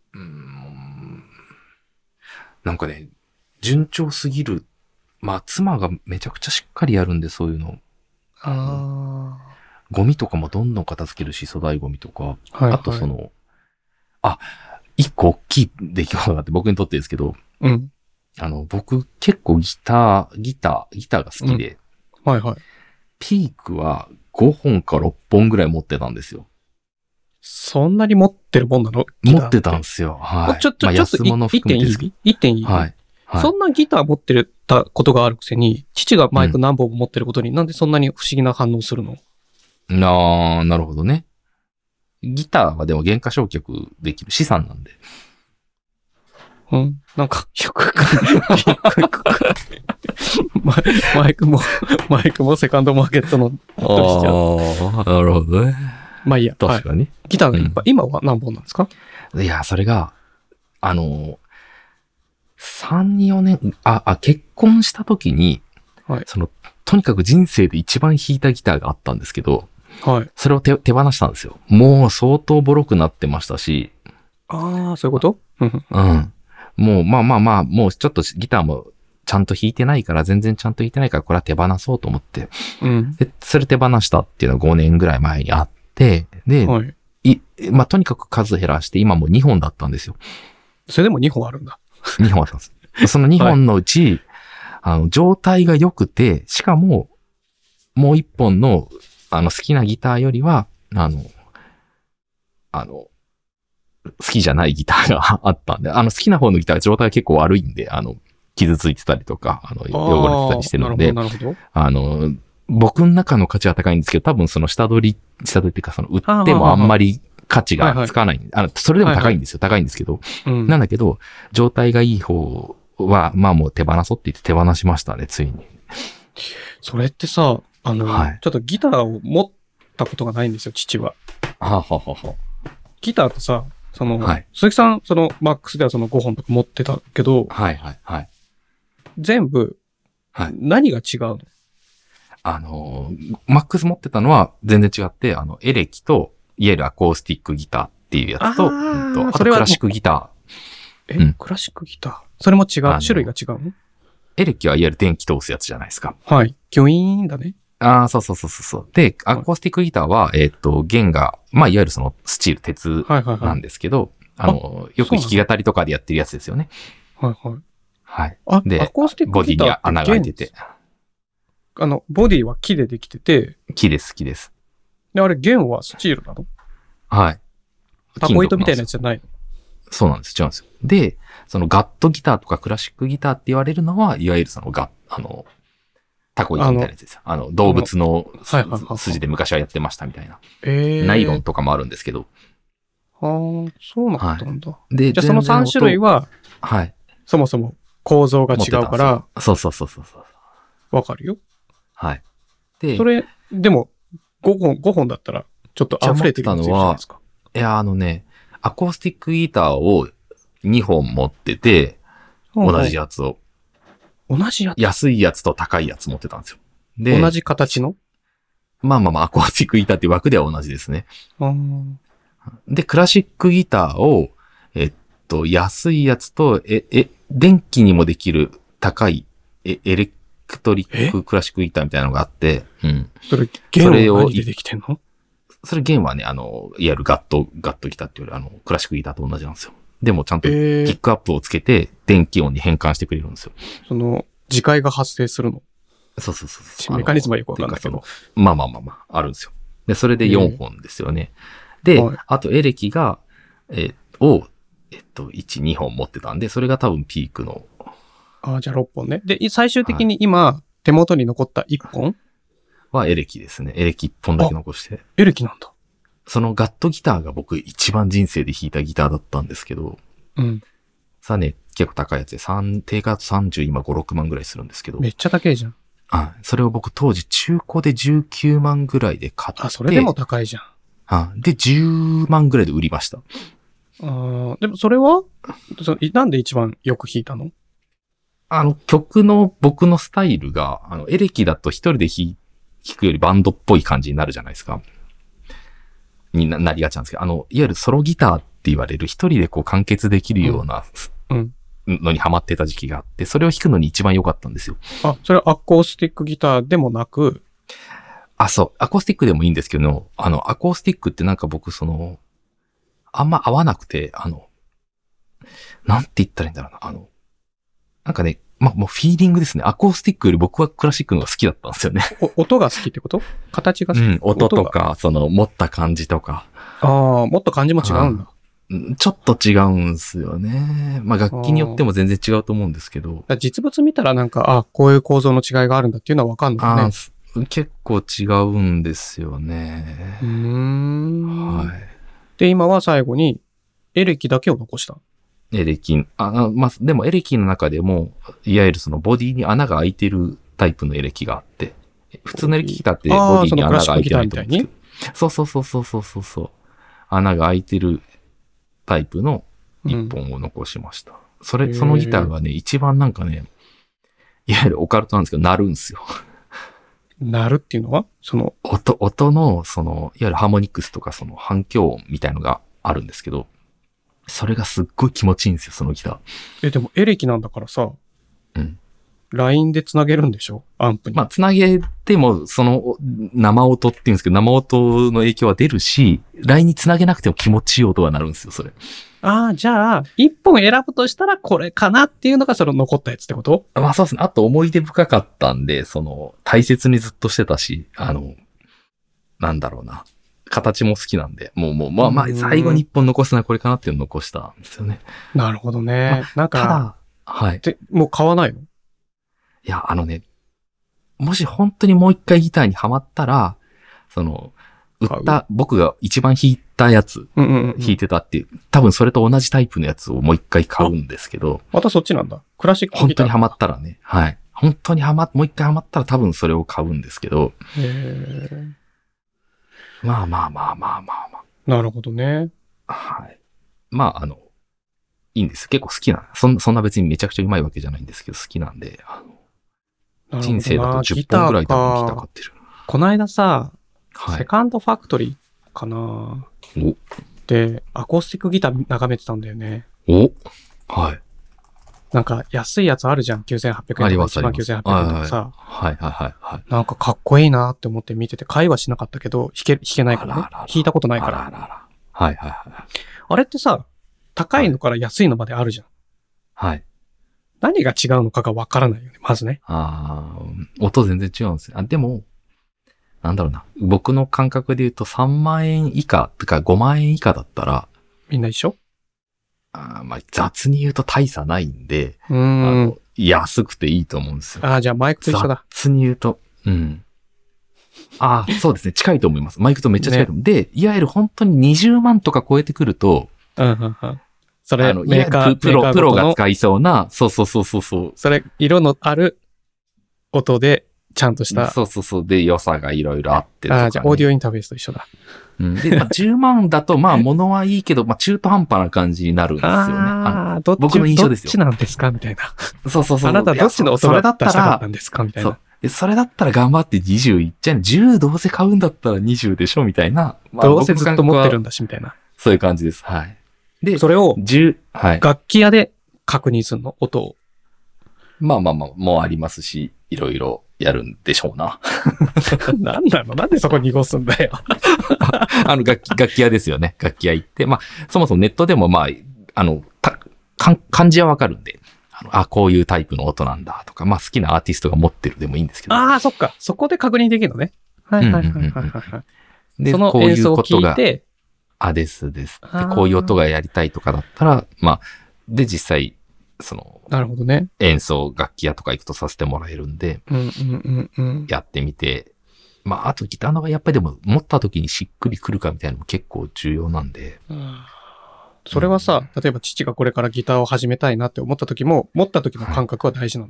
なんかね、順調すぎる。まあ、妻がめちゃくちゃしっかりやるんで、そういうの。ゴミとかもどんどん片付けるし、粗大ゴミとか。あと一個大きい出来事があって、僕にとってですけど、僕結構ギターが好きで、ピークは5本か6本ぐらい持ってたんですよ。 そんなに持ってるもんなの？ 持ってたんですよ。 ちょっと一点いい？そんなギター持ってたことがあるくせに、父がマイク何本も持ってることに、なんでそんなに不思議な反応するの？ なるほどね。ギターはでも原価償却できる資産なんで。 なんか、よくわかんない。マイクもセカンドマーケットの取引なるほどね。 まあいいや。 確かに。 ギターがいっぱい、今は何本なんですか？ いや、それが、3 3、4年、結婚した時に、 はい。 とにかく人生で一番弾いたギターがあったんですけど、 はい。 それを手放したんですよ。もう相当ボロくなってましたし。 ああ、そういうこと？ うん。もう、もうちょっとギターもちゃんと弾いてないから、全然ちゃんと弾いてないから、これは手放そうと思って。 うん。 で、それ手放したっていうのは5年ぐらい前にあって、で、 はい。 とにかく数減らして、今もう2本だったんですよ。 それでも2本あるんだ。 2本あったんです。その2本のうち、状態が良くて、しかも、もう1本の、好きなギターよりは、好きじゃないギターがあったんで、好きな方のギター状態が結構悪いんで、傷ついてたりとか、汚れてたりしてるんで、 なるほど。 僕の中の価値は高いんですけど、多分その下取りっていうか、売ってもあんまり価値がつかない。それでも高いんですよ。高いんですけど。なんだけど、状態がいい方は、もう手放そうって言って手放しましたね、ついに。 それってさ、ちょっとギターを持ったことがないんですよ、父は。ギターってさ、鈴木さん、マックスではその5本とか持ってたけど、全部、何が違うの？ マックス持ってたのは全然違って、エレキと、いわゆるアコースティックギターっていうやつと、あとクラシックギター。クラシックギター。それも違う、種類が違うの？ エレキはいわゆる電気通すやつじゃないですか。 はい。ギョイーンだね。 そう。で、アコースティックギターは、弦が、いわゆるそのスチール、鉄なんですけど、よく弾き語りとかでやってるやつですよね。 はい。 で、 アコースティックギターってボディに穴が開いてて。 ボディは木でできてて。 木です。 で、あれ、弦はスチールなの？ はい。 タコ糸みたいなやつじゃないの？ そうなんです。違うんですよ。で、そのガットギターとかクラシックギターって言われるのは、いわゆるそのタコ糸みたいなやつです。動物の筋で昔はやってましたみたいな。ナイロンとかもあるんですけど。 そうなったんだ。 で、 じゃあその3種類は、そもそも構造が違うから、 そう。 わかるよ。 で、 それ、でも、5本だったら、ちょっと溢れてるじゃないですか。 いや、アコースティックギターを2本持ってて、同じやつを。 同じやつ？ 安いやつと高いやつ持ってたんですよ。で、 同じ形の？ アコースティックギターっていう枠では同じですね。で、クラシックギターを、安いやつと、電気にもできる高い、エレクトリッククラシックギターみたいなのがあって、 それ、弦は何でできてんの？ それ弦はね、いわゆるガットギターっていうより、クラシックギターと同じなんですよ。でもちゃんとピックアップをつけて、電気音に変換してくれるんですよ。 磁界が発生するの？そう。メカニズムはよくわかんないけど。 あるんですよ。で、それで4本ですよね。で、あとエレキが、1、2本持ってたんで、それが多分ピークの。 じゃあ6本ね。で、最終的に今、手元に残った1本はエレキですね。エレキ1本だけ残して。 エレキなんだ。 そのガットギターが僕一番人生で弾いたギターだったんですけど、さあね、結構高いやつで、定価30、今5、6万ぐらいするんですけど。 めっちゃ高いじゃん。 それを僕当時中古で19万ぐらいで買って。 それでも高いじゃん。で、10万ぐらいで売りました。 でもそれはなんで一番よく弾いたの？ 曲の僕のスタイルが、エレキだと一人で弾くよりバンドっぽい感じになるじゃないですか。になりがちなんですけど、いわゆるソロギターって言われる一人でこう完結できるようなのにハマってた時期があって、それを弾くのに一番良かったんですよ。 それはアコースティックギターでもなく？ そう。アコースティックでもいいんですけど、アコースティックってなんか僕あんま合わなくて、なんて言ったらいいんだろうな。なんかね、もうフィーリングですね。アコースティックより僕はクラシックの方が好きだったんですよね。 音が好きってこと？形が好き？ 音とか、持った感じとか。 もっと感じも違うんだ。 ちょっと違うんですよね。楽器によっても全然違うと思うんですけど。 実物見たらなんか、こういう構造の違いがあるんだっていうのはわかんないね。 結構違うんですよね。 で、今は最後に、エレキだけを残した。 エレキ、でもエレキの中でも、いわゆるそのボディに穴が開いてるタイプのエレキがあって、普通のエレキギターってボディに穴が開いてないと思うんですけど、そう。穴が開いてるタイプの一本を残しました。 そのギターがね、一番なんかね、いわゆるオカルトなんですけど、鳴るんですよ。 鳴るっていうのは音の、いわゆるハーモニクスとか反響音みたいのがあるんですけど、それがすっごい気持ちいいんですよ、そのギター。 でもエレキなんだからさ、 うん。 LINE で繋げるんでしょアンプに。 まあ、繋げても、生音って言うんですけど、生音の影響は出るし、LINE に繋げなくても気持ちいい音が鳴るんですよ、それ。 ああ、じゃあ、一本選ぶとしたらこれかなっていうのが残ったやつってこと？ まあそうですね。あと思い出深かったんで、大切にずっとしてたし、なんだろうな。形も好きなんで、まあ、最後に一本残すのはこれかなっていうのを残したんですよね。 なるほどね。 まあ、ただ、はい。 もう買わないの？ いや、もし本当にもう一回ギターにはまったら、僕が一番弾いたやつ、弾いてたっていう、多分それと同じタイプのやつをもう一回買うんですけど。 またそっちなんだ。クラシックギター。 本当にはまったらね。はい。本当にもう一回はまったら多分それを買うんですけど。まあ。 なるほどね。 はい。まあ、いいんです。結構好きな。そんな別にめちゃくちゃうまいわけじゃないんですけど、好きなんで、人生だと10本ぐらい多分ギター買ってる。 こないださ、 はい、 セカンドファクトリーかなで、アコースティックギター眺めてたんだよね。 はい。 なんか安いやつあるじゃん。9800円とか19800円とかさ。 はい。 なんかかっこいいなって思って見てて、買いはしなかったけど、弾けないからね。弾いたことないから。 はい。 あれってさ、高いのから安いのまであるじゃん。 はい。 何が違うのかがわからないよね、まずね。 音全然違うんですね。でも、なんだろうな。僕の感覚で言うと3万円以下とか5万円以下だったら、 みんな一緒？ まあ、雑に言うと大差ないんで、安くていいと思うんですよ。 じゃあマイクと一緒だ。 雑に言うと、そうですね。近いと思います。マイクとめっちゃ近いと思う。で、いわゆる本当に20万とか超えてくると、 それ、メーカープロが使いそうな、そう。 それ、色のある音で、ちゃんとした。 そう。で、良さがいろいろあってとか、ね。 じゃあ、オーディオインターフェースと一緒だ。 で、10万だと、物はいいけど、中途半端な感じになるんですよね。僕の印象ですよ。 どっちなんですかみたいな。 そう。 あなたどっちの音が出したかったんですかみたいな。 それだったら頑張って20いっちゃう。10どうせ買うんだったら20でしょみたいな。 どうせずっと持ってるんだし、みたいな。 そういう感じです。はい。で、 それを、 はい。 楽器屋で確認するの？音を。 もうありますし、いろいろやるんでしょうな。 なんなの？なんでそこ濁すんだよ。 楽器屋ですよね。楽器屋行って。そもそもネットでも漢字はわかるんで。こういうタイプの音なんだとか、好きなアーティストが持ってるでもいいんですけど。 そっか。そこで確認できるのね。はい。 で、 その演奏を聞いて、 です。で、こういう音がやりたいとかだったら、で、実際、 なるほどね。 演奏、楽器屋とか行くとさせてもらえるんで、やってみて、あとギターのがやっぱりでも持った時にしっくりくるかみたいなのも結構重要なんで。 それはさ、例えば父がこれからギターを始めたいなって思った時も、持った時の感覚は大事なの？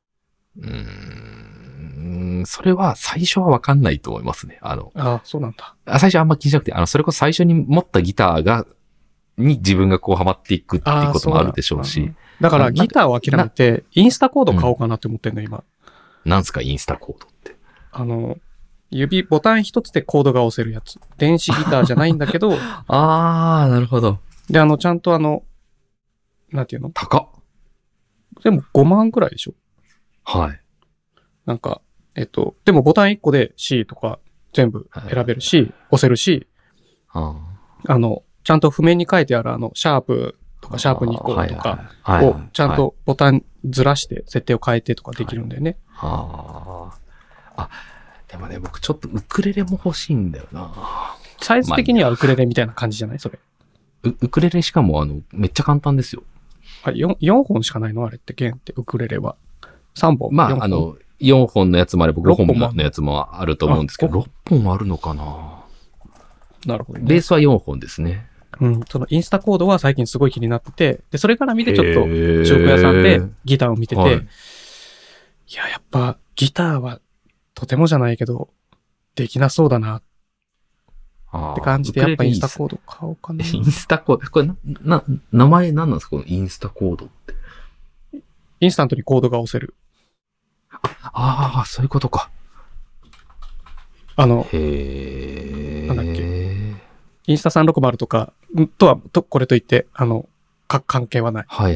それは最初はわかんないと思いますね。 そうなんだ。 最初あんま気にしなくて、それこそ最初に持ったギターに自分がこうハマっていくっていうこともあるでしょうし。 だからギターを諦めて、インスタコード買おうかなって思ってんの、今。 なんすか、インスタコードって。 ボタン一つでコードが押せるやつ。電子ギターじゃないんだけど。 なるほど。 で、ちゃんとなんていうの？ 高っ。 でも5万くらいでしょ？ はい。 なんか、でもボタン1個で C とか全部選べるし、押せるし、ちゃんと譜面に書いてあるシャープとかシャープ2個とかをちゃんとボタンずらして設定を変えてとかできるんだよね。 でもね、僕ちょっとウクレレも欲しいんだよな。 サイズ的にはウクレレみたいな感じじゃないそれ。 ウクレレしかもめっちゃ簡単ですよ。 4本しかないのあれって弦ってウクレレは。3本 4本のやつもあれば5本のやつもあると思うんですけど、6本あるのかな？ なるほどね。 ベースは4本ですね。 そのインスタコードは最近すごい気になってて、で、それから見てちょっと中古屋さんでギターを見てて、やっぱギターはとてもじゃないけど、できなそうだな。 って感じで、やっぱインスタコード買おうかな。 インスタコード、これ名前何なんですかこのインスタコードって。 インスタントにコードが押せる。 ああ、そういうことか。 なんだっけ。インスタ360とかこれといって、関係はない。 はい。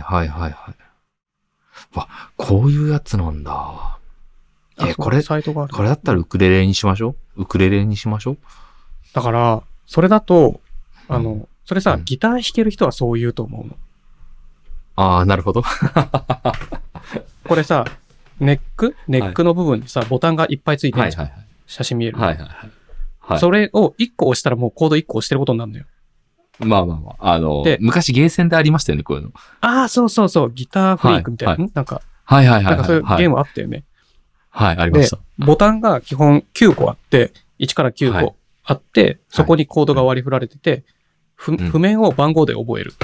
わ、こういうやつなんだ。これだったらウクレレにしましょう。 だから、それだと、それさ、ギター弾ける人はそう言うと思うの。 ああ、なるほど。 これさ、ネックの部分にさ、ボタンがいっぱいついてるじゃん。写真見える。それを1個押したらもうコード1個押してることになるのよ。 まあ。昔ゲーセンでありましたよね、こういうの。 ああ、そう。ギターフリークみたいな。なんかそういうゲームあったよね。 はい、ありました。 ボタンが基本9個あって、1から9個あって、そこにコードが割り振られてて、譜面を番号で覚える。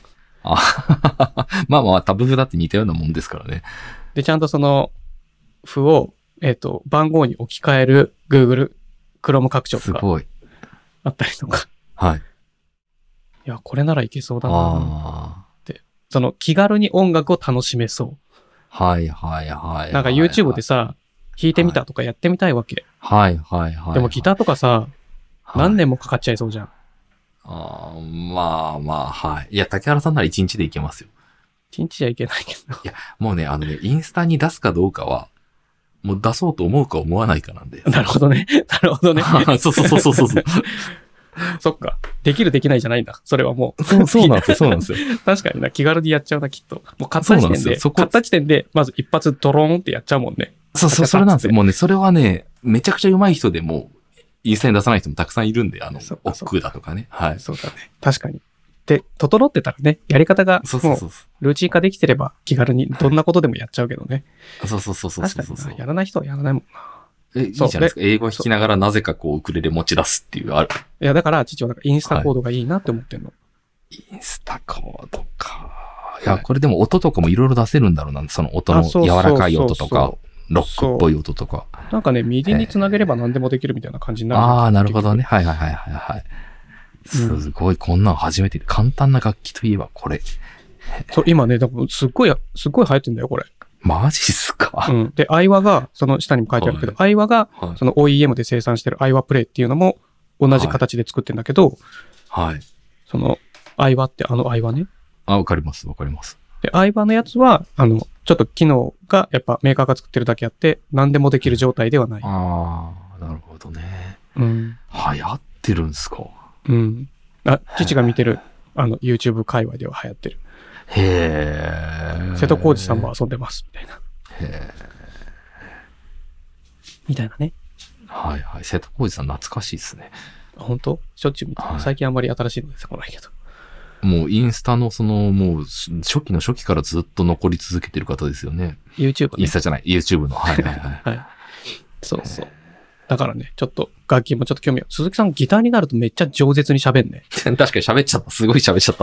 まあ、タブ譜だって似たようなもんですからね。 で、ちゃんとその譜を、番号に置き換える Google Chrome 拡張とかあったりとか。 はい。 いや、これならいけそうだなって。その気軽に音楽を楽しめそう。 はい。 なんか YouTube でさ、弾いてみたとかやってみたいわけ。 はい。 でもギターとかさ、何年もかかっちゃいそうじゃん。 まあ、はい。いや、竹原さんなら1日でいけますよ。 1日じゃいけないけど。 いや、もうね、インスタに出すかどうかは、もう出そうと思うか思わないかなんで。 なるほどね。 そう。 そっか。できるできないじゃないんだ。それはもう。 そうなんですよ。 確かにな、気軽にやっちゃうな、きっと。もう買った時点で、まず一発ドローンってやっちゃうもんね。 それなんですよ。もうね、それはね、めちゃくちゃ上手い人でも、インスタに出さない人もたくさんいるんで、億劫だとかね。はい。 そうだね。確かに。で、整ってたらね、やり方が、もう、ルーチン化できてれば、気軽にどんなことでもやっちゃうけどね。 そう。 確かにやらない人はやらないもんな。 いいじゃないですか。英語弾きながらなぜかこう、ウクレレ持ち出すっていうある。 いや、だから、父はなんかインスタコードがいいなって思ってんの。 インスタコードか。いや、これでも音とかもいろいろ出せるんだろうな。その音の柔らかい音とか、ロックっぽい音とか。 なんかね、ミディにつなげれば何でもできるみたいな感じになる。 ああ、なるほどね。はい。すごい、こんなん初めて。簡単な楽器といえばこれ。 そう、今ね、すっごい流行ってんだよ、これ。 マジっすか。 うん。で、アイワが、その下にも書いてあるけど、アイワが、その OEM で生産してるアイワプレイっていうのも同じ形で作ってんだけど、 はい。 その、アイワってアイワね。 わかります。 で、アイワのやつは、ちょっと機能がやっぱメーカーが作ってるだけあって、何でもできる状態ではない。 ああ、なるほどね。 うん。 流行ってるんすか。 うん。父が見てる、YouTube 界隈では流行ってる。瀬戸康史さんも遊んでます、みたいな。みたいなね。 はい。瀬戸康史さん懐かしいですね。 本当？しょっちゅう見てる。最近あんまり新しいの出てこないけど。 もうインスタのもう初期からずっと残り続けてる方ですよね。 YouTube ね。 インスタじゃない、YouTube の。はい。 そう。だからね、ちょっと楽器もちょっと興味ある。鈴木さんギターになるとめっちゃ饒舌に喋んね。 確かに喋っちゃった。すごい喋っちゃった。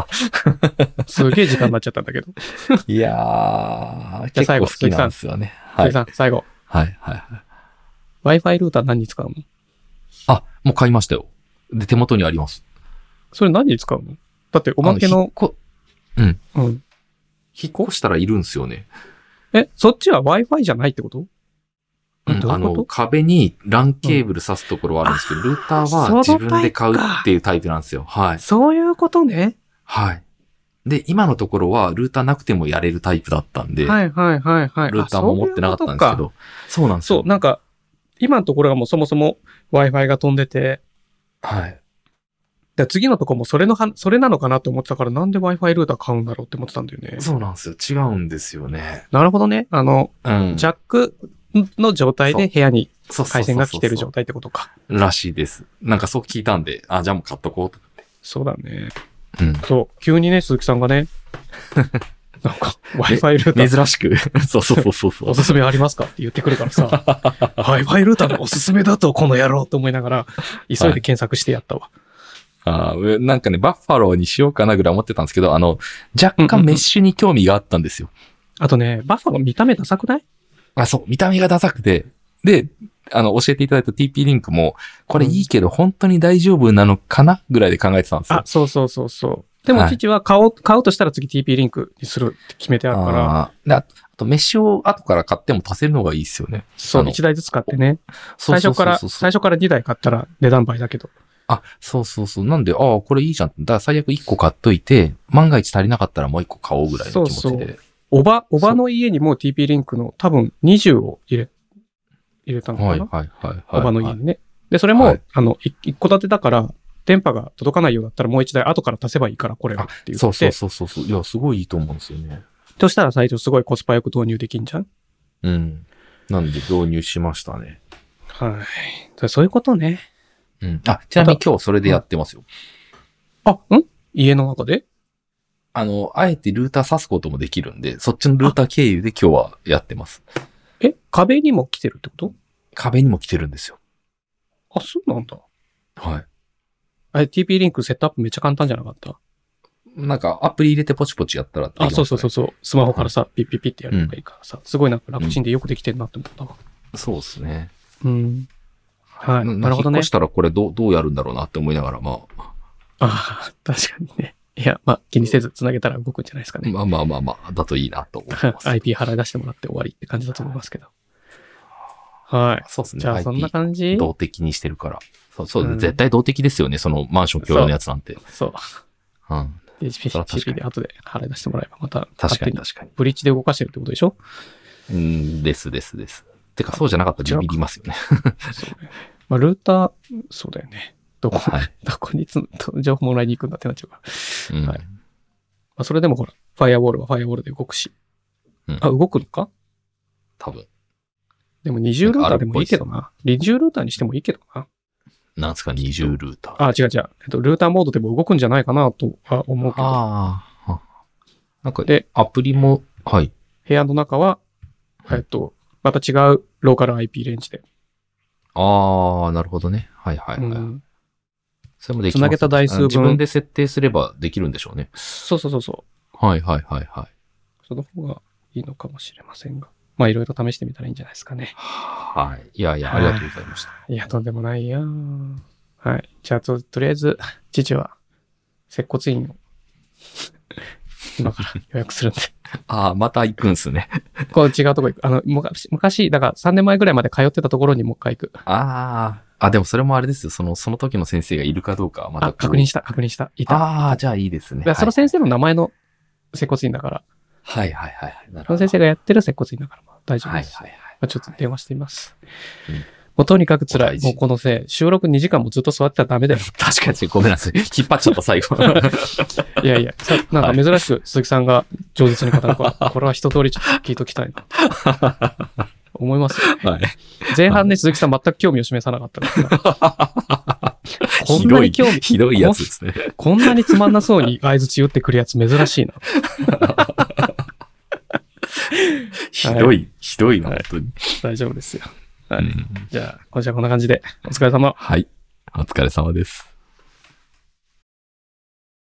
すげえ時間になっちゃったんだけど。 いやー、結構好きなんですよね。 鈴木さん、最後。 はい。 Wi-Fi ルーター何に使うの？ あ、もう買いましたよ。で、手元にあります。 それ何に使うの？だっておまけの。 引っ越したらいるんですよね。 そっちは Wi-Fi じゃないってこと？ 壁に LAN ケーブル挿すところはあるんですけど、ルーターは自分で買うっていうタイプなんですよ。はい。 そういうことね。 はい。で、今のところはルーターなくてもやれるタイプだったんで、 はい。ルーターも持ってなかったんですけど、そうなんですよ。 そう、なんか、今のところがもうそもそも Wi-Fi が飛んでて、 はい。 で次のとこもそれなのかなって思ってたから、なんで Wi-Fi ルーター買うんだろうって思ってたんだよね。 そうなんですよ。違うんですよね。 なるほどね。ジャックの状態で部屋に回線が来てる状態ってことか。 らしいです。なんかそう聞いたんで、じゃあもう買っとこうと思って。 そうだね。 そう。 急にね、鈴木さんがね、なんか Wi-Fi ルーター。 珍しく。そう。 おすすめありますかって言ってくるからさ、Wi-Fi ルーターのおすすめだとこの野郎と思いながら、急いで検索してやったわ。 なんかね、バッファローにしようかなぐらい思ってたんですけど、若干メッシュに興味があったんですよ。 あとね、バッファロー見た目ダサくない？ そう、見た目がダサくて、で、 教えていただいた TP リンクも、これいいけど本当に大丈夫なのかなぐらいで考えてたんですよ。 あ、そうそうそうそう。でも父は買うとしたら次 TP リンクにするって決めてあるから。 あとメッシュを後から買っても足せるのがいいですよね。 そう、1台ずつ買ってね。最初から2台買ったら値段倍だけど。 あ、そうそうそう。なんで、これいいじゃん。だから最悪1個買っといて、万が一足りなかったらもう1個買おうぐらいの気持ちで。そうそう。 おばの家にも TP リンクの多分20を入れたのかな。 はい。 おばの家にね。で、それも、1個建てだから、電波が届かないようだったらもう1台後から足せばいいからこれをって言って。 そう。いや、すごいいいと思うんですよね。 としたら最初すごいコスパよく導入できんじゃん。 うん。なんで導入しましたね。 はい。そういうことね。 うん。ちなみに今日それでやってますよ。 家の中で？ あえてルーター挿すこともできるんで、そっちのルーター経由で今日はやってます。 壁にも来てるってこと？ 壁にも来てるんですよ。 あ、そうなんだ。 はい。 TP リンクセットアップめっちゃ簡単じゃなかった？ なんかアプリ入れてポチポチやったらできますね。 そう。スマホからさ、ピッピッピッってやればいいからさ、すごいなんか楽ちんでよくできてるなって思ったわ。 そうですね。 うん。はい。なるほどね。 引っ越したらこれどうやるんだろうなって思いながら、 確かにね。いや、気にせず繋げたら動くんじゃないですかね。 だといいなと思います。 IP 払い出してもらって終わりって感じだと思いますけど。はい。 そうですね。 じゃあそんな感じ？ 動的にしてるから。そう、絶対動的ですよね。そのマンション共用のやつなんて。 そう。 うん。 HP で後で払い出してもらえばまた。 確かに。 ブリッジで動かしてるってことでしょ？ です。てか、そうじゃなかったらビビりますよね。 そうね。ルーター、そうだよね。どこに情報もらいに行くんだってなっちゃうから。はい。それでもほら、ファイアウォールはファイアウォールで動くし。動くのか？ 多分。 でも二重ルーターでもいいけどな。二重ルーターにしてもいいけどな。 なんすか、二重ルーター。 違う。ルーターモードでも動くんじゃないかなとは思うけど。 なんか、アプリも、はい。 部屋の中は、また違うローカル IP レンジで。 なるほどね。はい。それもできます。 つなげた台数分。 自分で設定すればできるんでしょうね。 そう。 はい。 その方がいいのかもしれませんが。いろいろ試してみたらいいんじゃないですかね。 はい。いや、ありがとうございました。 いや、とんでもないよ。はい。じゃあ、とりあえず、父は、接骨院を、今から予約するんで。 また行くんすね。 こう違うとこ行く。昔、だから3年前ぐらいまで通ってたところにもう一回行く。 でもそれもあれですよ。その時の先生がいるかどうかまた確認した。いた。 じゃあいいですね。 その先生の名前の接骨院だから。 はい。 その先生がやってる接骨院だから大丈夫です。ちょっと電話してみます。もうとにかく辛い。もうこのせい。収録2時間もずっと座ってたらダメだよ。 確かにごめんなさい。引っ張っちゃった最後。 いや、なんか珍しく鈴木さんが上手に語るから、これは一通りちょっと聞いときたいな。思いますよね。はい。前半ね、鈴木さん全く興味を示さなかったから。こんなに興味。 ひどいやつですね。 こんなにつまんなそうに相槌打ってくるやつ珍しいな。 ひどいな、本当に。 大丈夫ですよ。はい。じゃあ、今週はこんな感じで、お疲れ様。 はい。お疲れ様です。